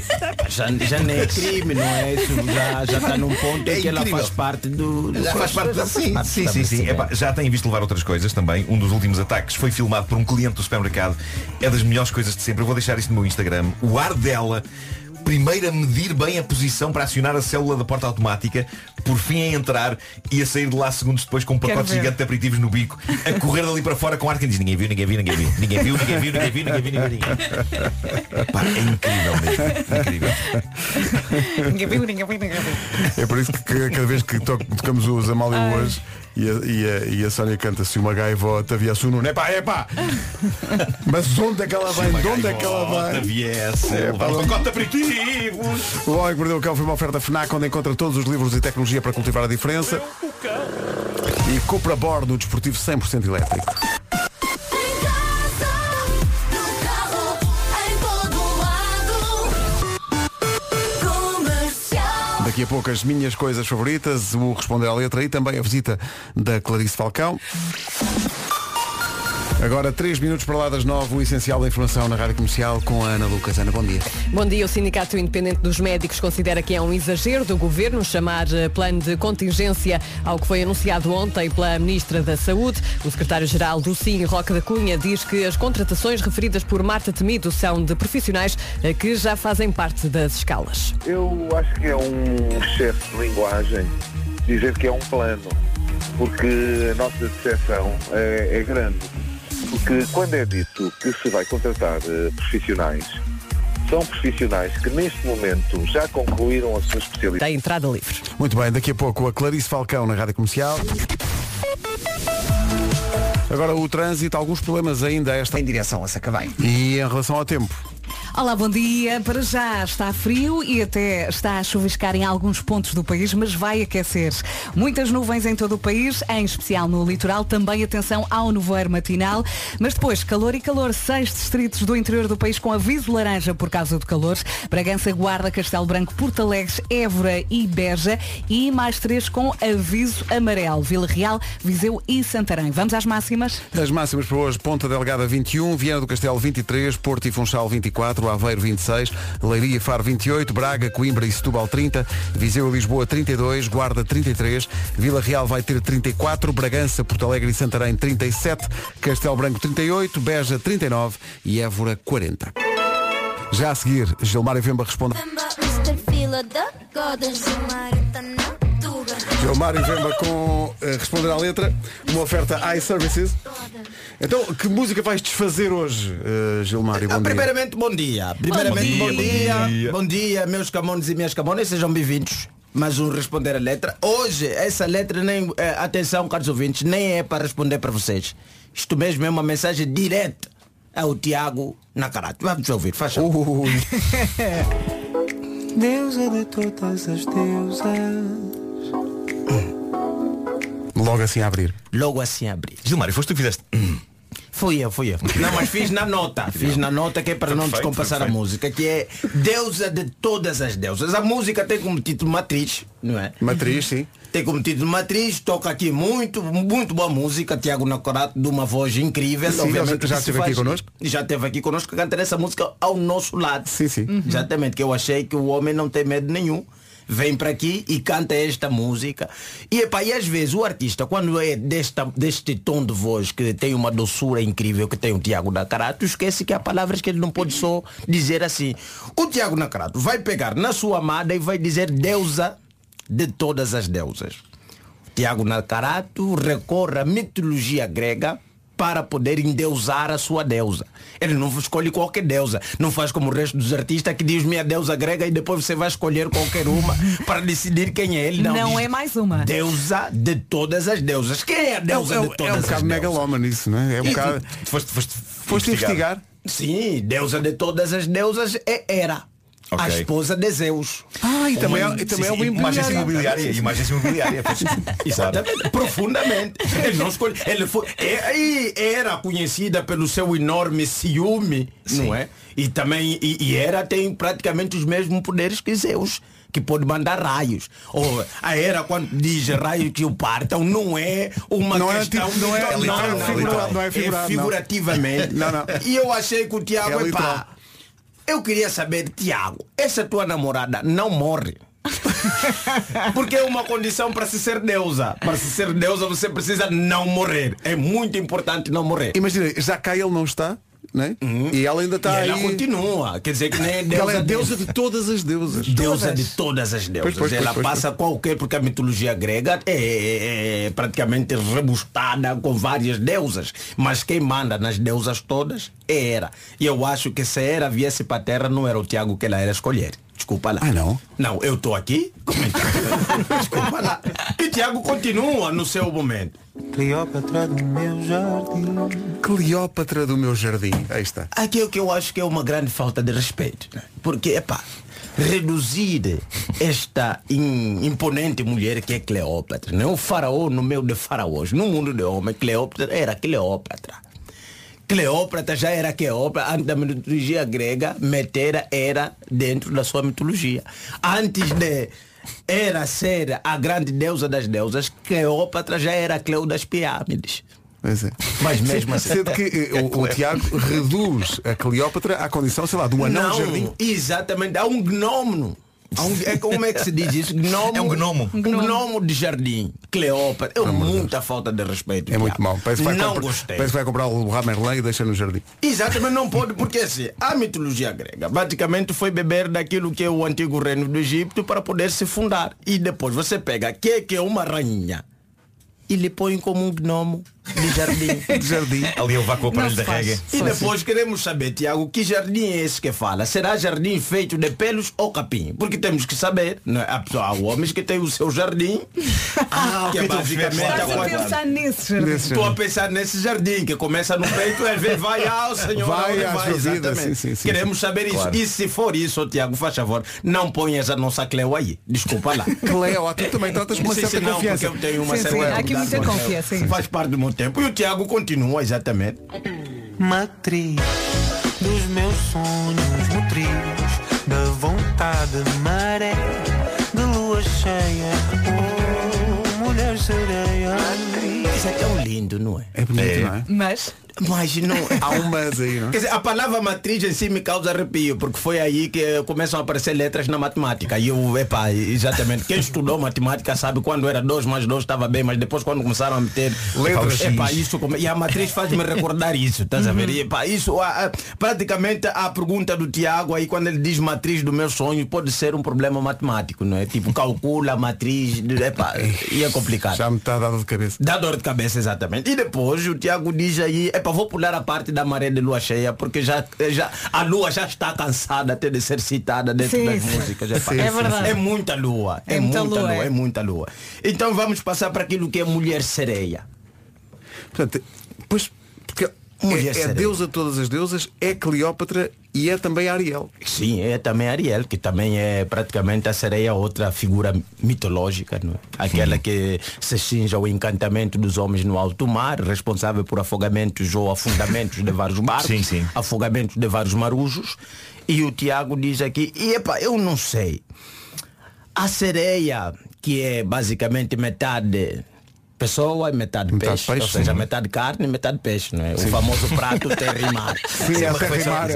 Já nem é crime, não é? Isso já está num ponto em que ela faz parte do... Já faz parte do... Sim. Epá, já tem visto levar outras coisas também. Um dos últimos ataques foi filmado por um cliente do supermercado. É das melhores coisas de sempre. Eu vou deixar isto no meu Instagram. O ar dela primeiro a medir bem a posição para acionar a célula da porta automática, por fim a entrar e a sair de lá segundos depois com um pacote gigante de aperitivos no bico, a correr dali para fora com ar que diz ninguém viu. Pá, é incrível mesmo. Incrível. Ninguém viu. É por isso que cada vez que tocamos os Amália hoje e a Sónia canta-se uma gaivota viesse o Nuno. Epá! Mas onde é que ela vem? De onde é que ela vem? Viesse, um pacote de aperitivos. O Homem que Mordeu o Cão foi uma oferta FNAC onde encontra todos os livros e tecnologia para cultivar a diferença. E Cupra Born, no desportivo 100% elétrico. Daqui a pouco as minhas coisas favoritas, o Responder à Letra e também a visita da Clarice Falcão. Agora 3 minutos para lá das 9, o essencial da informação na Rádio Comercial com a Ana Lucas. Ana, bom dia. Bom dia. O Sindicato Independente dos Médicos considera que é um exagero do Governo chamar plano de contingência ao que foi anunciado ontem pela Ministra da Saúde. O Secretário-Geral do SIN, Roque da Cunha, diz que as contratações referidas por Marta Temido são de profissionais que já fazem parte das escalas. Eu acho que é um excesso de linguagem dizer que é um plano, porque a nossa decepção é grande. Porque quando é dito que se vai contratar profissionais, são profissionais que neste momento já concluíram a sua especialidade. Da entrada livre. Muito bem, daqui a pouco a Clarice Falcão na Rádio Comercial. Agora o trânsito, alguns problemas ainda Em direção a Sacavém. E em relação ao tempo. Olá, bom dia. Para já está frio e até está a chuviscar em alguns pontos do país, mas vai aquecer. Muitas nuvens em todo o país, em especial no litoral. Também atenção ao nevoeiro matinal. Mas depois, calor e calor. 6 distritos do interior do país com aviso laranja por causa do calor. Bragança, Guarda, Castelo Branco, Porto Alegre, Évora e Beja. E mais 3 com aviso amarelo. Vila Real, Viseu e Santarém. Vamos às máximas? As máximas para hoje: Ponta Delgada 21, Viana do Castelo 23, Porto e Funchal 24, Aveiro 26, Leiria e Faro 28, Braga, Coimbra e Setúbal 30, Viseu e Lisboa 32, Guarda 33, Vila Real vai ter 34, Bragança, Porto Alegre e Santarém 37, Castelo Branco 38, Beja 39 e Évora 40. Já a seguir, Gilmar e Vemba responde. Gilmar e Vemba com Responder à Letra, uma oferta iServices. Então, que música vais desfazer hoje, Gilmar? E bom dia. Primeiramente, bom dia. Bom dia, meus camões e minhas camonas, sejam bem-vindos. Mais um Responder à Letra. Hoje, essa letra, nem atenção, caros ouvintes, nem é para responder para vocês. Isto mesmo é uma mensagem direta ao Tiago Nacarato. Vamos ouvir, faz favor. Deusa de todas as deusas. Logo assim a abrir. Gilmar, foste tu que fizeste. Fui eu. Não, mas fiz na nota. Que é para não descompassar a música, que é Deusa de todas as deusas. A música tem como título Matriz, não é? Matriz, sim. Tem como título Matriz, toca aqui muito boa música, Tiago Nacarato, de uma voz incrível. Sim, obviamente, já esteve aqui connosco. Já esteve aqui connosco, cantando essa música ao nosso lado. Sim. Exatamente, que eu achei que o homem não tem medo nenhum. Vem para aqui e canta esta música. E às vezes o artista, quando é deste tom de voz, que tem uma doçura incrível, que tem o Tiago Nacarato, esquece que há palavras que ele não pode só dizer assim. O Tiago Nacarato vai pegar na sua amada e vai dizer deusa de todas as deusas. Tiago Nacarato recorre à mitologia grega para poder endeusar a sua deusa. Ele não escolhe qualquer deusa. Não faz como o resto dos artistas que diz minha deusa grega e depois você vai escolher qualquer uma para decidir quem é ele. Não é mais uma. Deusa de todas as deusas. Quem é a deusa de todas as deusas? É um bocado megalómano isso, não é? É um bocado... Foste investigar? Sim, deusa de todas as deusas é Hera. Okay. A esposa de Zeus. E também é uma imobiliária. Exatamente. Profundamente. Ele não escolhe. Era conhecida pelo seu enorme ciúme, não é? E também Hera tem praticamente os mesmos poderes que Zeus, que pode mandar raios. Ou a Hera, quando diz raios que o partam, não é uma questão. Não é figurativamente. Não. E eu achei que o Tiago eu queria saber, Tiago, essa tua namorada não morre? Porque é uma condição para se ser deusa. Para se ser deusa você precisa não morrer. É muito importante não morrer. Imagina, já cá ele não está né? E ela ainda está aí. Ela continua. Quer dizer que nem deusa. Ela é deusa de todas as deusas. Deusa de todas as deusas. Ela passa qualquer, porque a mitologia grega é praticamente rebustada com várias deusas. Mas quem manda nas deusas todas é Hera. E eu acho que se Hera viesse para a Terra, não era o Tiago que ela era escolher. Desculpa lá. Ah, não? Não, eu estou aqui. Desculpa lá. E Tiago continua no seu momento. Cleópatra do meu jardim. Cleópatra do meu jardim. Aí está. Aqui é o que eu acho que é uma grande falta de respeito. Porque, reduzir esta imponente mulher que é Cleópatra, não é um faraó no meio de faraós. No mundo de homem, Cleópatra era Cleópatra. Cleópatra já era Cleópatra antes da mitologia grega. Metera era dentro da sua mitologia. Antes de Hera ser a grande deusa das deusas, Cleópatra já era a Cleo das pirâmides. Pois é. Mas mesmo assim. Sendo que o Tiago reduz a Cleópatra à condição, sei lá, de um anão de jardim. Exatamente, há um gnomo. Como é que se diz isso? Gnomo, é um gnomo. Um gnomo de jardim. Cleópatra. É muita falta de respeito. É muito mau. Parece que gostei. Parece que vai comprar o Ramerlin e deixa no jardim. Exatamente, não pode, porque assim, a mitologia grega basicamente foi beber daquilo que é o antigo reino do Egito para poder se fundar. E depois você pega que é uma rainha e lhe põe como um gnomo de jardim. Ali ele vai com aparelhos de reggae. E depois queremos saber, Tiago, que jardim é esse que fala? Será jardim feito de pelos ou capim? Porque temos que saber, não é? Há homens que têm o seu jardim, que é basicamente Estou a pensar nesse jardim. Estou a pensar nesse jardim que começa no peito e às vezes vai ao Senhor. Vai exatamente. Sim, queremos saber isso. E se for isso, Tiago, faz favor, não ponhas a nossa Cleo aí. Desculpa lá. Cleo, tu também tratas com uma certa confiança. Porque eu tenho uma certa há aqui muita confiança. Faz parte do meu tempo. E o Tiago continua, exatamente. Matriz dos meus sonhos, motriz da vontade, maré de lua cheia, oh, mulher sereia. Isso é tão lindo, não é? É bonito, não é? Mas não. Há um mas aí, não é? Quer dizer, a palavra matriz em si me causa arrepio, porque foi aí que começam a aparecer letras na matemática. E eu, exatamente, quem estudou matemática sabe quando era 2 mais 2 estava bem, mas depois quando começaram a meter letras, isso, e a matriz faz-me recordar isso, estás a ver? E, isso, praticamente a pergunta do Tiago aí, quando ele diz matriz do meu sonho, pode ser um problema matemático, não é? Tipo, calcula a matriz, e é complicado. Já me está a dar dor de cabeça. Dá dor de cabeça, exatamente. E depois o Tiago diz aí, vou pular a parte da maré de lua cheia, porque já a lua já está cansada até de ser citada dentro das músicas. É verdade. É muita lua. É muita lua. Então vamos passar para aquilo que é mulher sereia. Portanto, pois, porque é deusa de todas as deusas, é Cleópatra e é também Ariel. Sim, é também Ariel, que também é praticamente a sereia, outra figura mitológica, não é? Aquela que se cinge ao encantamento dos homens no alto mar, responsável por afogamentos ou afundamentos de vários barcos, afogamentos de vários marujos. E o Tiago diz aqui, eu não sei. A sereia, que é basicamente metade pessoa e metade peixe, ou seja, metade carne e metade peixe, não é? O famoso prato terra-mar. Sim, é o terra-mar,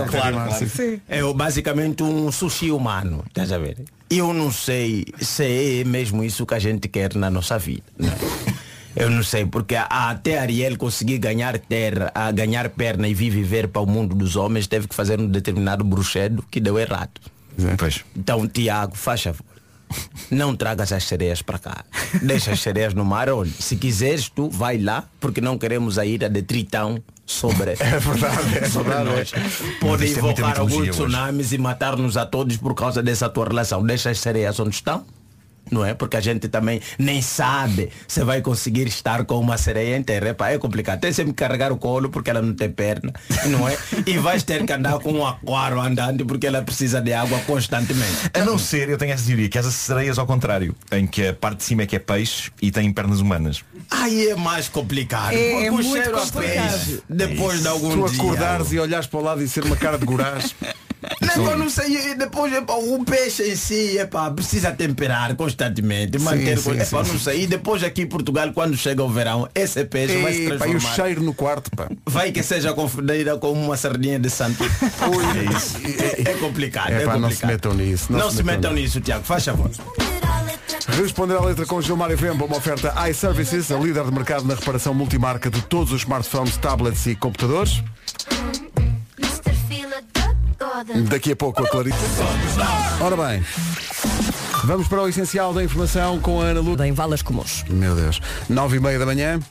é basicamente um sushi humano, estás a ver? Eu não sei se é mesmo isso que a gente quer na nossa vida, não é? Eu não sei, porque até Ariel conseguir ganhar terra, a ganhar perna e vir viver para o mundo dos homens, teve que fazer um determinado bruxedo que deu errado. Então, Tiago, faz favor, não tragas as sereias para cá. Deixa as sereias no mar. Olha, se quiseres tu, vai lá, porque não queremos a ira de Tritão sobre nós. Pode invocar alguns tsunamis e matar-nos a todos por causa dessa tua relação. Deixa as sereias onde estão, não é? Porque a gente também nem sabe se vai conseguir estar com uma sereia inteira. É complicado. Tem sempre que carregar o colo porque ela não tem perna, não é? E vais ter que andar com um aquário andante porque ela precisa de água constantemente. A não ser, eu tenho essa teoria, que as sereias ao contrário, em que a parte de cima é que é peixe e tem pernas humanas. Aí é mais complicado. É muito cheiro complicado. A peixe, depois de algum dia. Tu acordares e olhares para o lado e ser uma cara de gorás. Não sei, depois o peixe em si precisa temperar constantemente, manter não sei. E depois aqui em Portugal, quando chega o verão, esse peixe vai se transformar. E o cheiro no quarto, vai que seja confundida com uma sardinha de santo. É complicado. Não se metam nisso. Não se metam nisso, Tiago, faz favor. Responder à letra com Gilmar Vemba, uma oferta iServices, a líder de mercado na reparação multimarca de todos os smartphones, tablets e computadores. Daqui a pouco a Clarice. Ora bem, vamos para o essencial da informação com a Ana Lu. Em Valas Comuns. Meu Deus. 9h30 da manhã.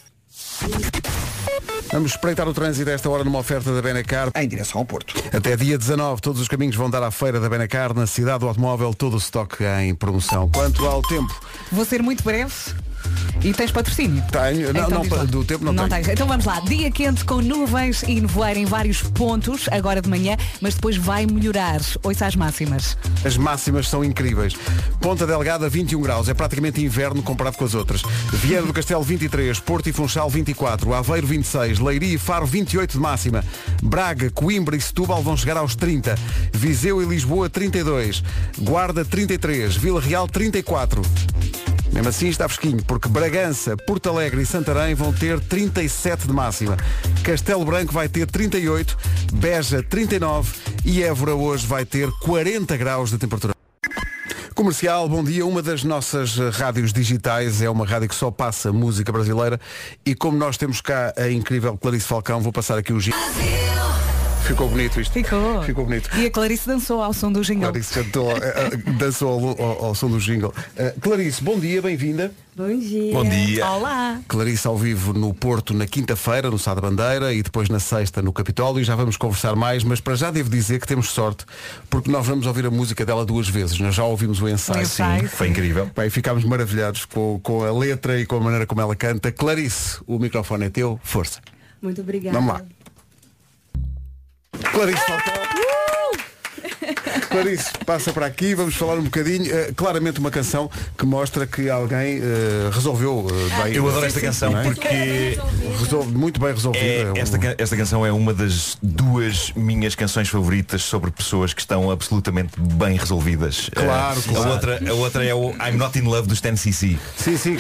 Vamos espreitar o trânsito a esta hora numa oferta da Benacar. Em direção ao Porto. Até dia 19, todos os caminhos vão dar à feira da Benacar, na cidade do automóvel, todo o estoque em promoção. Quanto ao tempo... Vou ser muito breve. E tens patrocínio? Tenho. Então, não, do tempo não tenho. Tens. Então vamos lá. Dia quente com nuvens e nevoeiro em vários pontos, agora de manhã, mas depois vai melhorar. Ouça as máximas. As máximas são incríveis. Ponta Delgada, 21 graus. É praticamente inverno comparado com as outras. Viana do Castelo, 23. Porto e Funchal, 24. Aveiro, 26. Leiria e Faro, 28 de máxima. Braga, Coimbra e Setúbal vão chegar aos 30. Viseu e Lisboa, 32. Guarda, 33. Vila Real, 34. Mesmo assim está fresquinho, porque Bragança, Porto Alegre e Santarém vão ter 37 de máxima. Castelo Branco vai ter 38, Beja 39 e Évora hoje vai ter 40 graus de temperatura. Comercial, bom dia. Uma das nossas rádios digitais é uma rádio que só passa música brasileira e como nós temos cá a incrível Clarice Falcão, vou passar aqui o jingle. Ficou bonito isto. Ficou bonito. E a Clarice dançou ao som do jingle. Clarice cantou, dançou ao som do jingle. Clarice, bom dia, bem-vinda. Bom dia. Bom dia. Olá. Clarice ao vivo no Porto na quinta-feira, no Sá da Bandeira e depois na sexta no Capitólio. Já vamos conversar mais, mas para já devo dizer que temos sorte porque nós vamos ouvir a música dela 2 vezes. Nós já ouvimos o ensaio. Sim, foi incrível. Bem, ficámos maravilhados com a letra e com a maneira como ela canta. Clarice, o microfone é teu, força. Muito obrigada. Vamos lá. Clarice Falcão. Clarice, passa para aqui, vamos falar um bocadinho. Claramente uma canção que mostra que alguém resolveu bem. Eu adoro esta canção porque muito bem resolvida. Esta canção é uma das 2 minhas canções favoritas sobre pessoas que estão absolutamente bem resolvidas. Claro. A outra é o I'm Not in Love dos 10cc. Sim.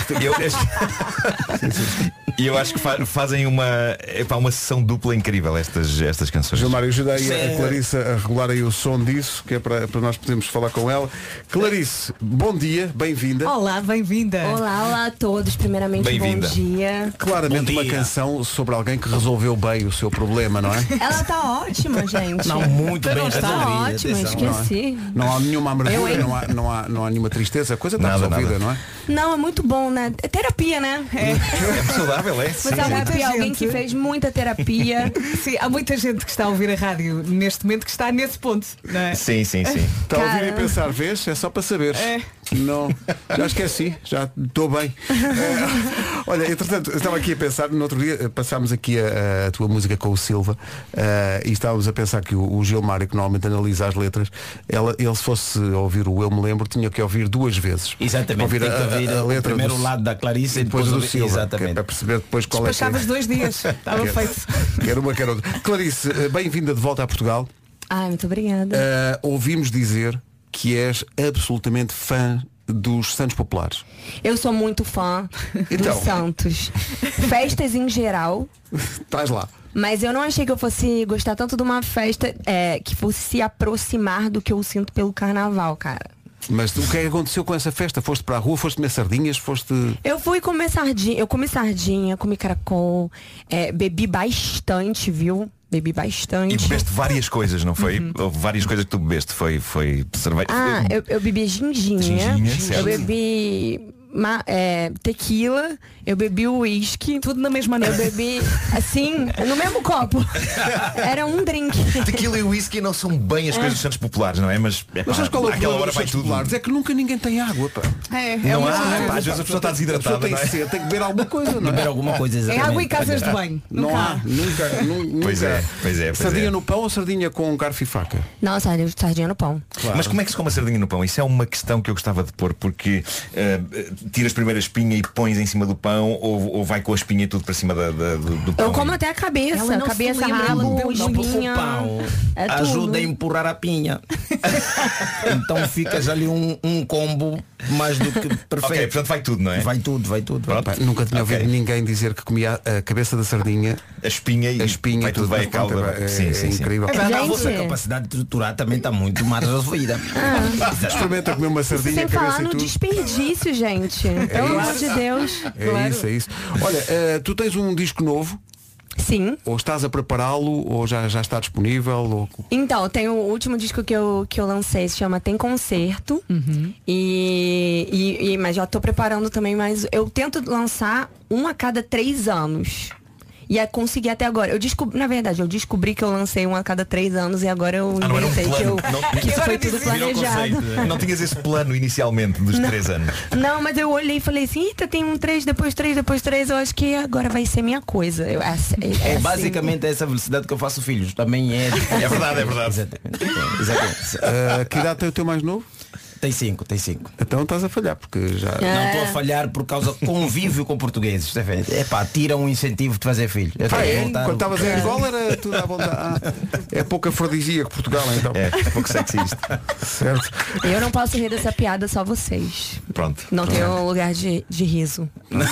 E eu acho que fazem uma sessão dupla incrível estas canções. Gilmar, eu ajudei a Clarice a regular aí o som disso, que é para nós podermos falar com ela. Clarice, bom dia, bem-vinda. Olá, bem-vinda. Olá a todos. Primeiramente, bem-vinda. Bom dia. Claramente uma canção sobre alguém que resolveu bem o seu problema, não é? Ela tá ótima, gente. Não, muito bem resolvida. Tá ótima, esqueci. Não há nenhuma amargura, não há nenhuma tristeza, a coisa está resolvida, não é? Não, é muito bom, né? É terapia, né? É saudável, é? Mas há alguém que fez muita terapia. Sim, há muita gente que está a ouvir a rádio neste momento que está nesse ponto, não é? Sim. Está a ouvir e pensar, vês? É só para saber. Não, já esqueci, já estou bem. Olha, entretanto, estava aqui a pensar, no outro dia passámos aqui a tua música com o Silva e estávamos a pensar que o Gilmário, que normalmente analisa as letras, ele se fosse ouvir o Eu Me Lembro, tinha que ouvir 2 vezes. Exatamente, ouvir tem que ouvir a letra o primeiro lado da Clarice e depois do Silva, exatamente. para perceber depois qual Despachavas 2 dias, estava feito. Quer uma, quer outra. Clarice, bem-vinda de volta a Portugal. Muito obrigada. Ouvimos dizer que és absolutamente fã dos Santos Populares. Eu sou muito fã dos Santos. Festas em geral. Estás lá. Mas eu não achei que eu fosse gostar tanto de uma festa que fosse se aproximar do que eu sinto pelo carnaval, cara. Mas o que é que aconteceu com essa festa? Foste para a rua, foste comer sardinhas, foste... Eu fui comer sardinha, comi caracol, bebi bastante, viu? Bebi bastante. E bebeste várias coisas, não foi? Houve várias coisas que tu bebeste. Foi cerveja. Eu bebi ginginha. Eu bebi tequila, eu bebi uísque. Tudo na mesma noite. Eu bebi, assim, no mesmo copo. Era um drink. Tequila e uísque não são bem as coisas dos Santos Populares, não é? Mas àquela hora vai tudo. É que nunca ninguém tem água, pá. Não há, às vezes a pessoa está desidratada, não é? Tem que beber alguma coisa, não é? Beber alguma coisa, exatamente. É água e casas de banho. Não há, nunca. Pois é. Sardinha no pão ou sardinha com garfo e faca? Não, sardinha no pão. Claro. Mas como é que se come a sardinha no pão? Isso é uma questão que eu gostava de pôr, porque tiras primeiro a espinha e pões em cima do pão ou vai com a espinha e tudo para cima do pão? Eu como até a cabeça. Ela Cabeça, rabo, espinha. Pão ajuda a empurrar a pinha. Então ficas ali um combo mais do que perfeito. Ok, portanto vai tudo, não é? Vai tudo. Nunca tinha ouvido ninguém dizer que comia a cabeça da sardinha, a espinha vai tudo, vai a calda. Sim, incrível. A vossa capacidade de triturar também está muito mais resolvida. Experimenta comer uma sardinha, sem cabeça falar e no tudo. Desperdício, gente. Pelo amor de Deus. É isso. Olha, tu tens um disco novo. Sim. Ou estás a prepará-lo, ou já está disponível? Ou... Então, tem o último disco que eu lancei, se chama Tem Concerto. Mas já tô preparando também, mas eu tento lançar um a cada 3 anos. E é conseguir até agora. Eu descobri que eu lancei um a cada 3 anos e agora eu inventei que isso foi tudo planejado. Não tinhas esse plano inicialmente dos 3 anos. Não, mas eu olhei e falei assim, eita, tem um 3, depois 3, depois 3, eu acho que agora vai ser minha coisa. É basicamente essa velocidade que eu faço filhos. Também é. É verdade. Exatamente. Que idade tem o teu mais novo? Tem 5. Então estás a falhar, porque já... Não estou a falhar por causa do convívio com portugueses. Tira um incentivo de fazer filho. Quando estavas em Angola era tudo à vontade. É pouco afrodisíaco Portugal, então. É pouco sexista. Certo. Eu não posso rir dessa piada, só vocês. Pronto. Não tem um lugar de riso.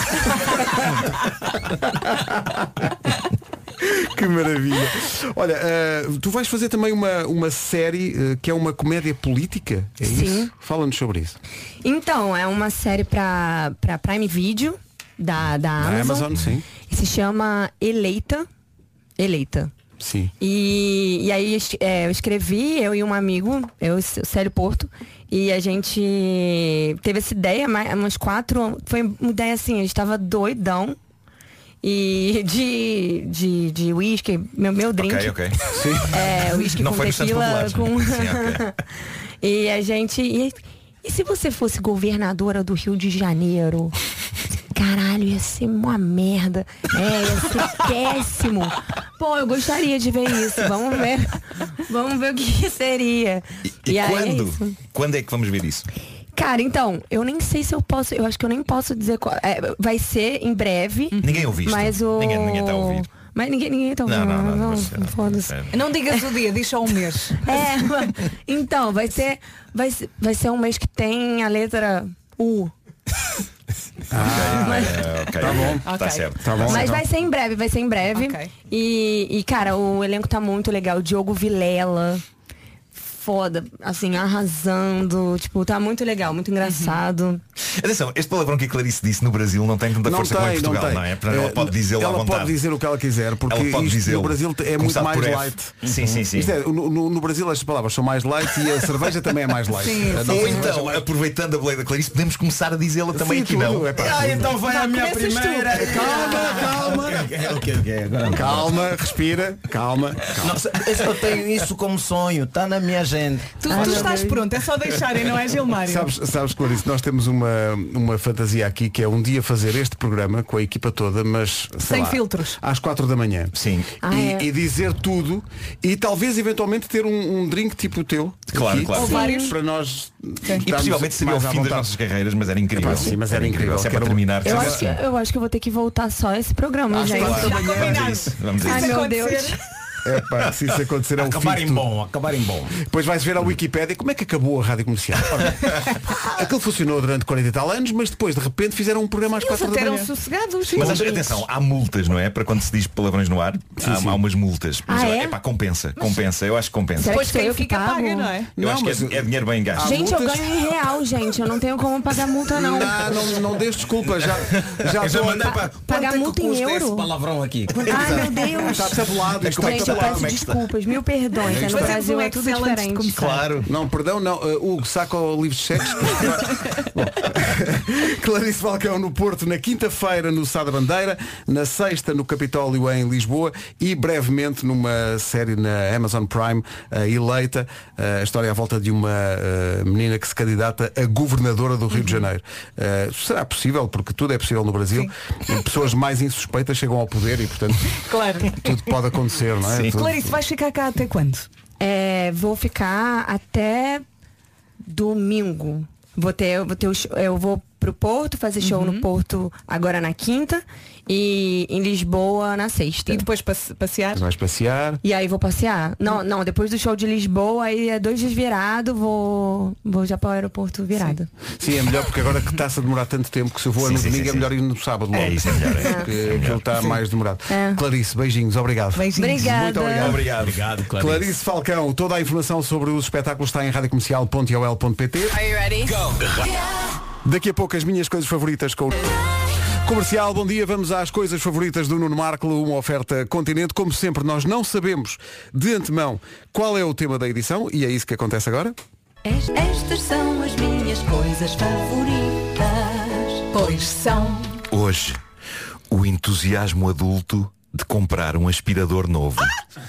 Que maravilha. Olha, tu vais fazer também uma série que é uma comédia política, é Sim. isso? Fala-nos sobre isso. Então, é uma série pra Prime Video da Amazon. Sim. E se chama Eleita. Sim. E aí eu escrevi, eu e um amigo, o Célio Porto, e a gente teve essa ideia, umas 4, foi uma ideia assim, a gente tava doidão. E de whisky, meu drink. Ok. Sim. Whisky com tequila, com... Sim, okay. E a gente... E se você fosse governadora do Rio de Janeiro? Caralho, ia ser uma merda. Ia ser péssimo. Pô, eu gostaria de ver isso. Vamos ver o que seria. E aí, quando? Quando é que vamos ver isso? Cara, então, eu nem sei se eu posso. Eu acho que eu nem posso dizer qual. Vai ser em breve. Ninguém ouviu isto. Mas Ninguém está a ouvir. Mas ninguém tá ouvindo. Não. Foda-se. Não digas o dia, diz só um mês. Então, vai ser um mês que tem a letra U. Ok. Tá bom. Tá certo. Tá bom, mas então. vai ser em breve. Okay. E, cara, o elenco tá muito legal. Diogo Vilela. Foda, assim, arrasando. Tipo, tá muito legal, muito engraçado. Atenção, este palavrão que a Clarice disse no Brasil não tem tanta força como em Portugal, não é? Ela pode dizê-lo à vontade. Ela pode dizer o que ela quiser, porque isto no Brasil é muito mais light. Sim. Isto é, no Brasil as palavras são mais light e a cerveja também é mais light. Ou então, aproveitando a boleia da Clarice, podemos começar a dizê-la também aqui, não? Então vai a minha primeira. Calma, respira. Calma. Eu tenho isso como sonho, tá na minha agenda. Tu estás pronto, é só deixarem, não é, Gilmário? Sabes, Clarice, nós temos uma fantasia aqui que é um dia fazer este programa com a equipa toda, mas sem filtros, às 4 da manhã. Sim. E dizer tudo e talvez eventualmente ter um drink tipo o teu. Claro. Ou vários. Para nós. E possivelmente seria o fim das nossas carreiras, mas era incrível. Sim, mas era incrível. Se é para terminar. Eu acho que eu vou ter que voltar só esse programa, gente. Vamos a isso. Ai, meu Deus. Se isso acontecer é um acabar em bom. Depois vais ver a Wikipédia como é que acabou a rádio comercial. Aquilo funcionou durante 40 e tal anos, mas depois de repente fizeram um programa às 4 da manhã. Eram sossegados. Mas atenção, há multas, não é? Para quando se diz palavrões no ar, há umas multas. Mas compensa. Eu acho que compensa. Depois quem fica paga, não é? Eu acho que é dinheiro bem gasto. Gente, eu ganho em real, gente. Eu não tenho como pagar multa, não. Não dês desculpa. Já mandei para pagar multa em euro. Esse palavrão aqui. Ai, meu Deus. Está tabulado. Gente, eu peço desculpas, mil perdões. No Brasil é tudo diferente. Claro. Não, perdão, não. Hugo, saca o livro de cheques. Clarice Falcão no Porto na quinta-feira no Sá da Bandeira, na sexta no Capitólio em Lisboa e brevemente numa série na Amazon Prime, Eleita, a história à volta de uma menina que se candidata a governadora do Rio de Janeiro. Será possível, porque tudo é possível no Brasil. Pessoas mais insuspeitas chegam ao poder e, portanto, tudo pode acontecer, não é? Clarice, vais ficar cá até quando? Vou ficar até domingo. Eu vou pro Porto, fazer show no Porto agora na quinta e em Lisboa na sexta. E depois passear? Vais passear? E aí vou passear. Não, depois do show de Lisboa, aí é 2 dias virado, vou já para o aeroporto virado. Sim, é melhor porque agora que está-se a demorar tanto tempo que se eu vou no domingo é melhor ir no sábado logo. Isso é melhor. Porque aquilo está mais demorado. Clarice, beijinhos, obrigado. Obrigada. Muito obrigado. Obrigado, Clarice Falcão, toda a informação sobre os espetáculos está em radiocomercial.ol.pt. Are you ready? Daqui a pouco as minhas coisas favoritas com Comercial, bom dia, vamos às coisas favoritas do Nuno Marco, uma oferta Continente. Como sempre, nós não sabemos de antemão qual é o tema da edição e é isso que acontece agora. Estas são as minhas coisas favoritas. Pois são. Hoje, o entusiasmo adulto de comprar um aspirador novo.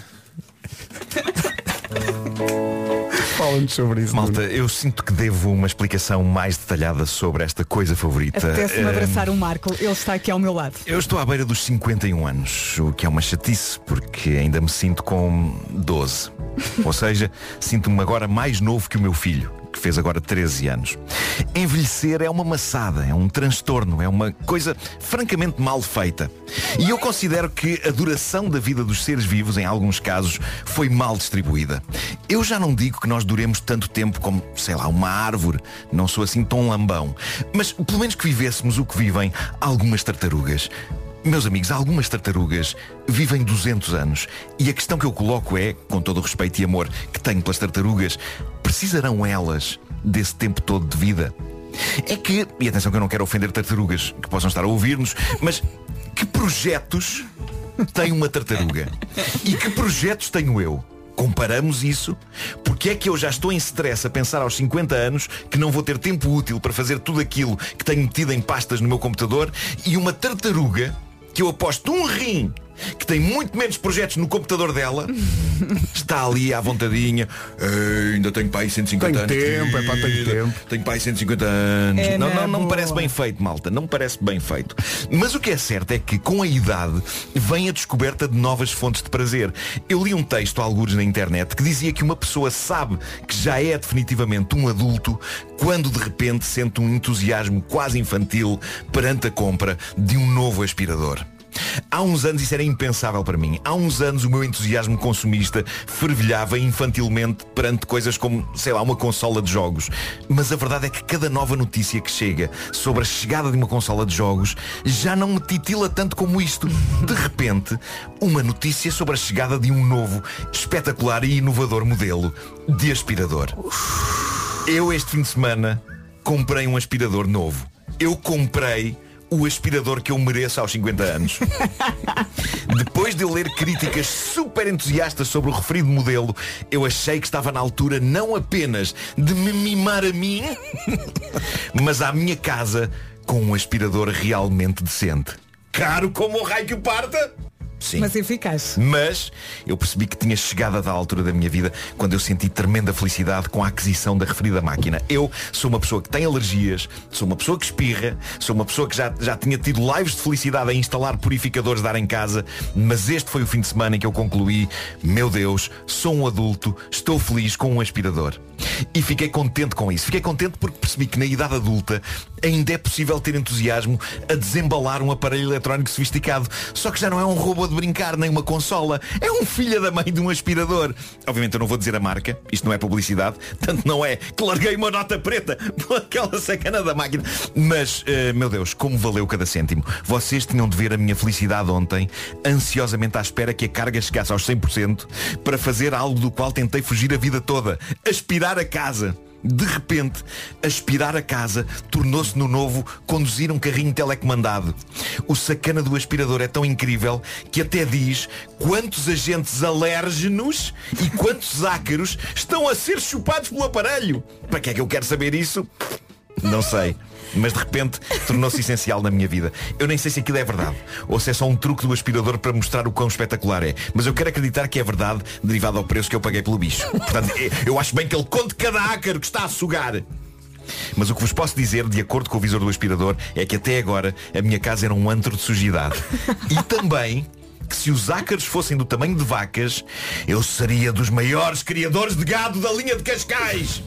Fala-nos sobre isso. Malta, eu sinto que devo uma explicação mais detalhada sobre esta coisa favorita. Apetece-me abraçar o Marco, ele está aqui ao meu lado. Eu estou à beira dos 51 anos, o que é uma chatice, porque ainda me sinto com 12. Ou seja, sinto-me agora mais novo que o meu filho, que fez agora 13 anos. Envelhecer é uma maçada, é um transtorno, é uma coisa francamente mal feita. E eu considero que a duração da vida dos seres vivos, em alguns casos, foi mal distribuída. Eu já não digo que nós duremos tanto tempo como, sei lá, uma árvore. Não sou assim tão lambão. Mas pelo menos que vivêssemos o que vivem algumas tartarugas. Meus amigos, algumas tartarugas vivem 200 anos. E a questão que eu coloco é, com todo o respeito e amor que tenho pelas tartarugas, precisarão elas desse tempo todo de vida? É que, e atenção que eu não quero ofender tartarugas que possam estar a ouvir-nos, mas que projetos tem uma tartaruga? E que projetos tenho eu? Comparamos isso? Porque é que eu já estou em stress a pensar aos 50 anos que não vou ter tempo útil para fazer tudo aquilo que tenho metido em pastas no meu computador, e uma tartaruga que eu aposto um rim que tem muito menos projetos no computador dela está ali à vontadinha. Ainda tenho pai 150 anos. Tenho tempo. Tenho pai 150 anos. É, não me parece bem feito, malta. Não me parece bem feito. Mas o que é certo é que com a idade vem a descoberta de novas fontes de prazer. Eu li um texto, algures na internet, que dizia que uma pessoa sabe que já é definitivamente um adulto quando de repente sente um entusiasmo quase infantil perante a compra de um novo aspirador. Há uns anos isso era impensável para mim. Há uns anos o meu entusiasmo consumista fervilhava infantilmente perante coisas como, sei lá, uma consola de jogos. Mas a verdade é que cada nova notícia que chega sobre a chegada de uma consola de jogos já não me titila tanto como isto. De repente, uma notícia sobre a chegada de um novo, espetacular e inovador modelo de aspirador. Eu este fim de semana comprei um aspirador novo. Eu comprei o aspirador que eu mereço aos 50 anos. Depois de eu ler críticas super entusiastas sobre o referido modelo, eu achei que estava na altura não apenas de me mimar a mim, mas à minha casa com um aspirador realmente decente. Caro como o raio que o parta! Sim. Mas eficaz. Mas eu percebi que tinha chegado a da altura da minha vida quando eu senti tremenda felicidade com a aquisição da referida máquina. Eu sou uma pessoa que tem alergias, sou uma pessoa que espirra, sou uma pessoa que já tinha tido lives de felicidade a instalar purificadores de ar em casa, mas este foi o fim de semana em que eu concluí: meu Deus, sou um adulto, estou feliz com um aspirador. E fiquei contente com isso. Fiquei contente porque percebi que na idade adulta ainda é possível ter entusiasmo a desembalar um aparelho eletrónico sofisticado. Só que já não é um robô de brincar, nem uma consola. É um filho da mãe de um aspirador. Obviamente eu não vou dizer a marca. Isto não é publicidade. Tanto não é que larguei uma nota preta pelaquela sacana da máquina. Mas, meu Deus, como valeu cada cêntimo. Vocês tinham de ver a minha felicidade ontem, ansiosamente à espera que a carga chegasse aos 100% para fazer algo do qual tentei fugir a vida toda. Aspirar a casa. De repente, aspirar a casa tornou-se no novo conduzir um carrinho telecomandado. O sacana do aspirador é tão incrível que até diz quantos agentes alérgenos e quantos ácaros estão a ser chupados pelo aparelho. Para que é que eu quero saber isso? Não sei. Mas de repente tornou-se essencial na minha vida. Eu nem sei se aquilo é verdade ou se é só um truque do aspirador para mostrar o quão espetacular é. Mas eu quero acreditar que é verdade, derivado ao preço que eu paguei pelo bicho. Portanto, eu acho bem que ele conte cada ácaro que está a sugar. Mas o que vos posso dizer, de acordo com o visor do aspirador, é que até agora a minha casa era um antro de sujidade. E também que se os ácaros fossem do tamanho de vacas, eu seria dos maiores criadores de gado da linha de Cascais.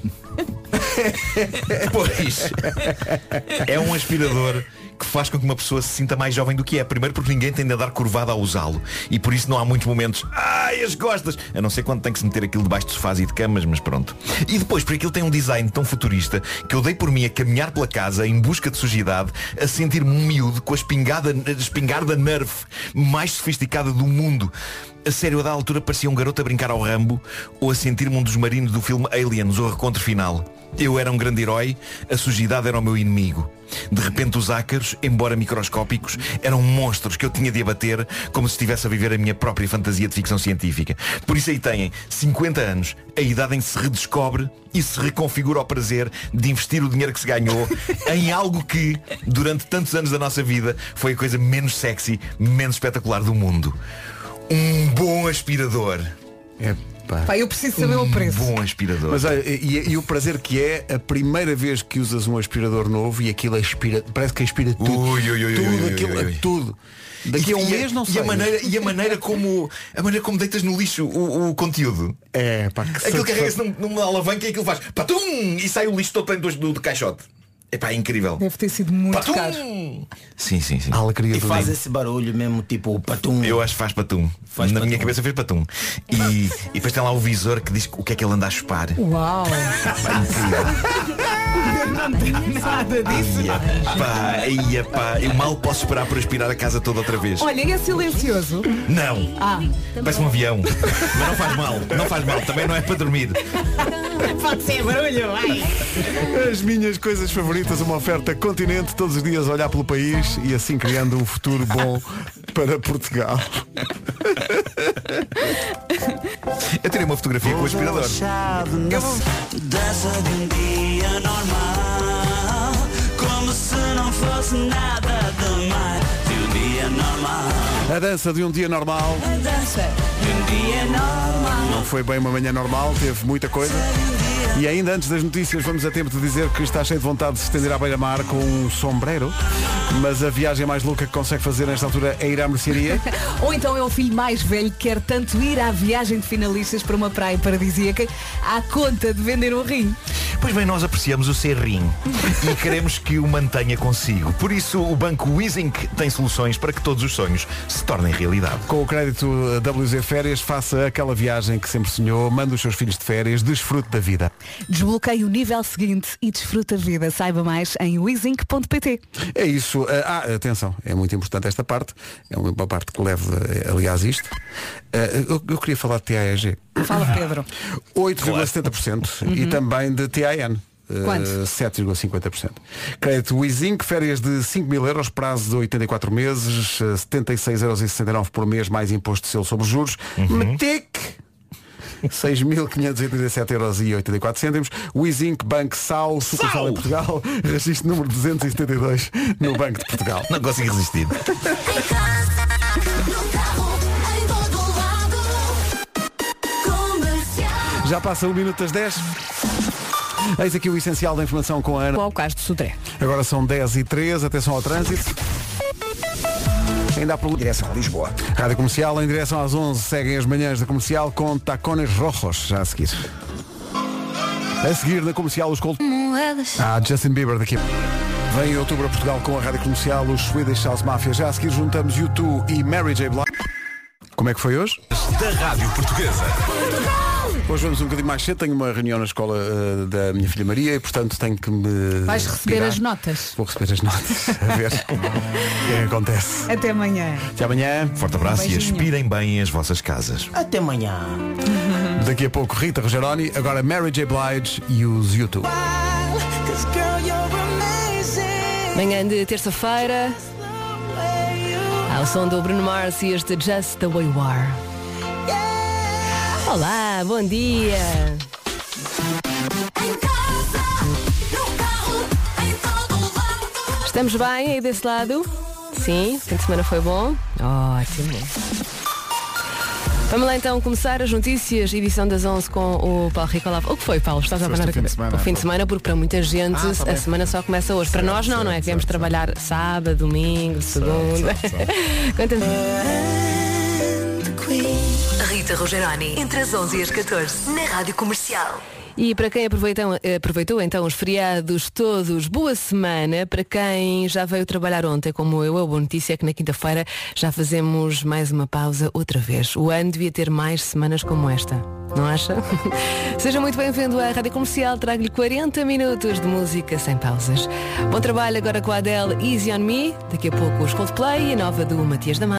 Pois é um aspirador que faz com que uma pessoa se sinta mais jovem do que é. Primeiro porque ninguém tem de andar curvado a usá-lo e por isso não há muitos momentos ai, as costas, a não ser quando tem que se meter aquilo debaixo de sofás e de camas, mas pronto. E depois porque aquilo tem um design tão futurista que eu dei por mim a caminhar pela casa em busca de sujidade, a sentir-me um miúdo com a espingarda Nerf mais sofisticada do mundo. A sério, a da altura parecia um garoto a brincar ao Rambo ou a sentir-me um dos marinos do filme Aliens, o recontro final. Eu era um grande herói, a sujidade era o meu inimigo. De repente os ácaros, embora microscópicos, eram monstros que eu tinha de abater como se estivesse a viver a minha própria fantasia de ficção científica. Por isso aí têm 50 anos, a idade em que se redescobre e se reconfigura o prazer de investir o dinheiro que se ganhou em algo que, durante tantos anos da nossa vida, foi a coisa menos sexy, menos espetacular do mundo. Um bom aspirador. Pá, eu preciso saber o preço. Bom aspirador. Mas e o prazer que é a primeira vez que usas um aspirador novo e aquilo aspira, parece que aspira tudo. Tudo. Daqui a um mês não sei. E a maneira como deitas no lixo o conteúdo. Aquilo carrega-se numa alavanca e aquilo faz patum! E sai o lixo todo para dentro do caixote. É incrível. Deve ter sido muito patum! caro. Sim. E faz esse barulho mesmo, tipo patum. Eu acho que faz patum. Na minha cabeça fez patum. E depois tem lá o visor que diz o que é que ele anda a chupar. Uau! Não tem nada disso. Eu mal posso esperar por aspirar a casa toda outra vez. Olha, é silencioso? Não. Parece um avião. Mas não faz mal. Também não é para dormir. Pode ser barulho, vai. As minhas coisas favoritas, uma oferta Continente, todos os dias olhar pelo país e assim criando um futuro bom para Portugal. Eu tirei uma fotografia com o aspirador. Dança de um dia normal, como se não fosse nada demais. De um dia normal. A dança de um dia normal. A dança de um dia normal. Não foi bem uma manhã normal, teve muita coisa. E ainda antes das notícias vamos a tempo de dizer que está cheio de vontade de se estender à beira-mar com um sombreiro. Mas a viagem mais louca que consegue fazer nesta altura é ir à mercearia. Ou então é o filho mais velho que quer tanto ir à viagem de finalistas para uma praia paradisíaca à conta de vender um rim. Pois bem, nós apreciamos o ser rim e queremos que o mantenha consigo. Por isso o Banco Wizink tem soluções para que todos os sonhos se tornem realidade. Com o crédito WZ Férias, faça aquela viagem que sempre sonhou, manda os seus filhos de férias, desfrute da vida. Desbloqueie o nível seguinte e desfruta a vida. Saiba mais em wizink.pt. É isso. Atenção, é muito importante esta parte. É uma parte que leva, aliás, isto. Eu queria falar de TAEG. Fala, Pedro. 8,70% e também de TAN. Quanto? 7,50%. Crédito Wizink, férias de 5 mil euros, prazo de 84 meses, 76,69€ por mês, mais imposto de selo sobre juros. Metic! 6.587,84€. Wizink Banco Sau, sucursal em Portugal, registro número 272 no Banco de Portugal. Não consigo resistir. Já passa 1 minuto das 10. Eis aqui o essencial da informação com a Ana. Ao caso de Sodré. Agora são 10h03, atenção ao trânsito. Ainda há por direção a Lisboa. Rádio Comercial, em direção às 11, seguem as manhãs da Comercial com Tacones Rojos, já a seguir. A seguir na Comercial os Justin Bieber daqui. Vem em outubro a Portugal com a Rádio Comercial, os Swedish House Mafia. Já a seguir juntamos U2 e Mary J. Blige. Como é que foi hoje? Da Rádio Portuguesa. Hoje vamos um bocadinho mais cedo, tenho uma reunião na escola da minha filha Maria e portanto tenho que me... Vais receber tirar. as notas. Vou receber as notas, a ver o que acontece. Até amanhã. Até amanhã. Forte abraço e aspirem bem as vossas casas. Até amanhã. Daqui a pouco Rita Rogeroni, agora Mary J. Blige e os U2. Manhã de terça-feira, ao som do Bruno Mars e este Just the Way You Are. Olá, bom dia. Estamos bem aí desse lado? Sim, o fim de semana foi bom? Ótimo. Vamos lá então começar as notícias, edição das 11 com o Paulo Rico Olavo. O que foi, Paulo? Estás a abanar a cabeça? O fim de semana, porque para muita gente a semana só começa hoje. Para nós não é? Devemos trabalhar sábado, domingo, segunda. Rita Rogeroni, entre as 11 e as 14, na Rádio Comercial. E para quem aproveitou então os feriados todos, boa semana. Para quem já veio trabalhar ontem, como eu, a boa notícia é que na quinta-feira já fazemos mais uma pausa outra vez. O ano devia ter mais semanas como esta, não acha? Seja muito bem-vindo à Rádio Comercial, trago-lhe 40 minutos de música sem pausas. Bom trabalho agora com a Adele, Easy On Me, daqui a pouco os Coldplay e a nova do Matias da Mar.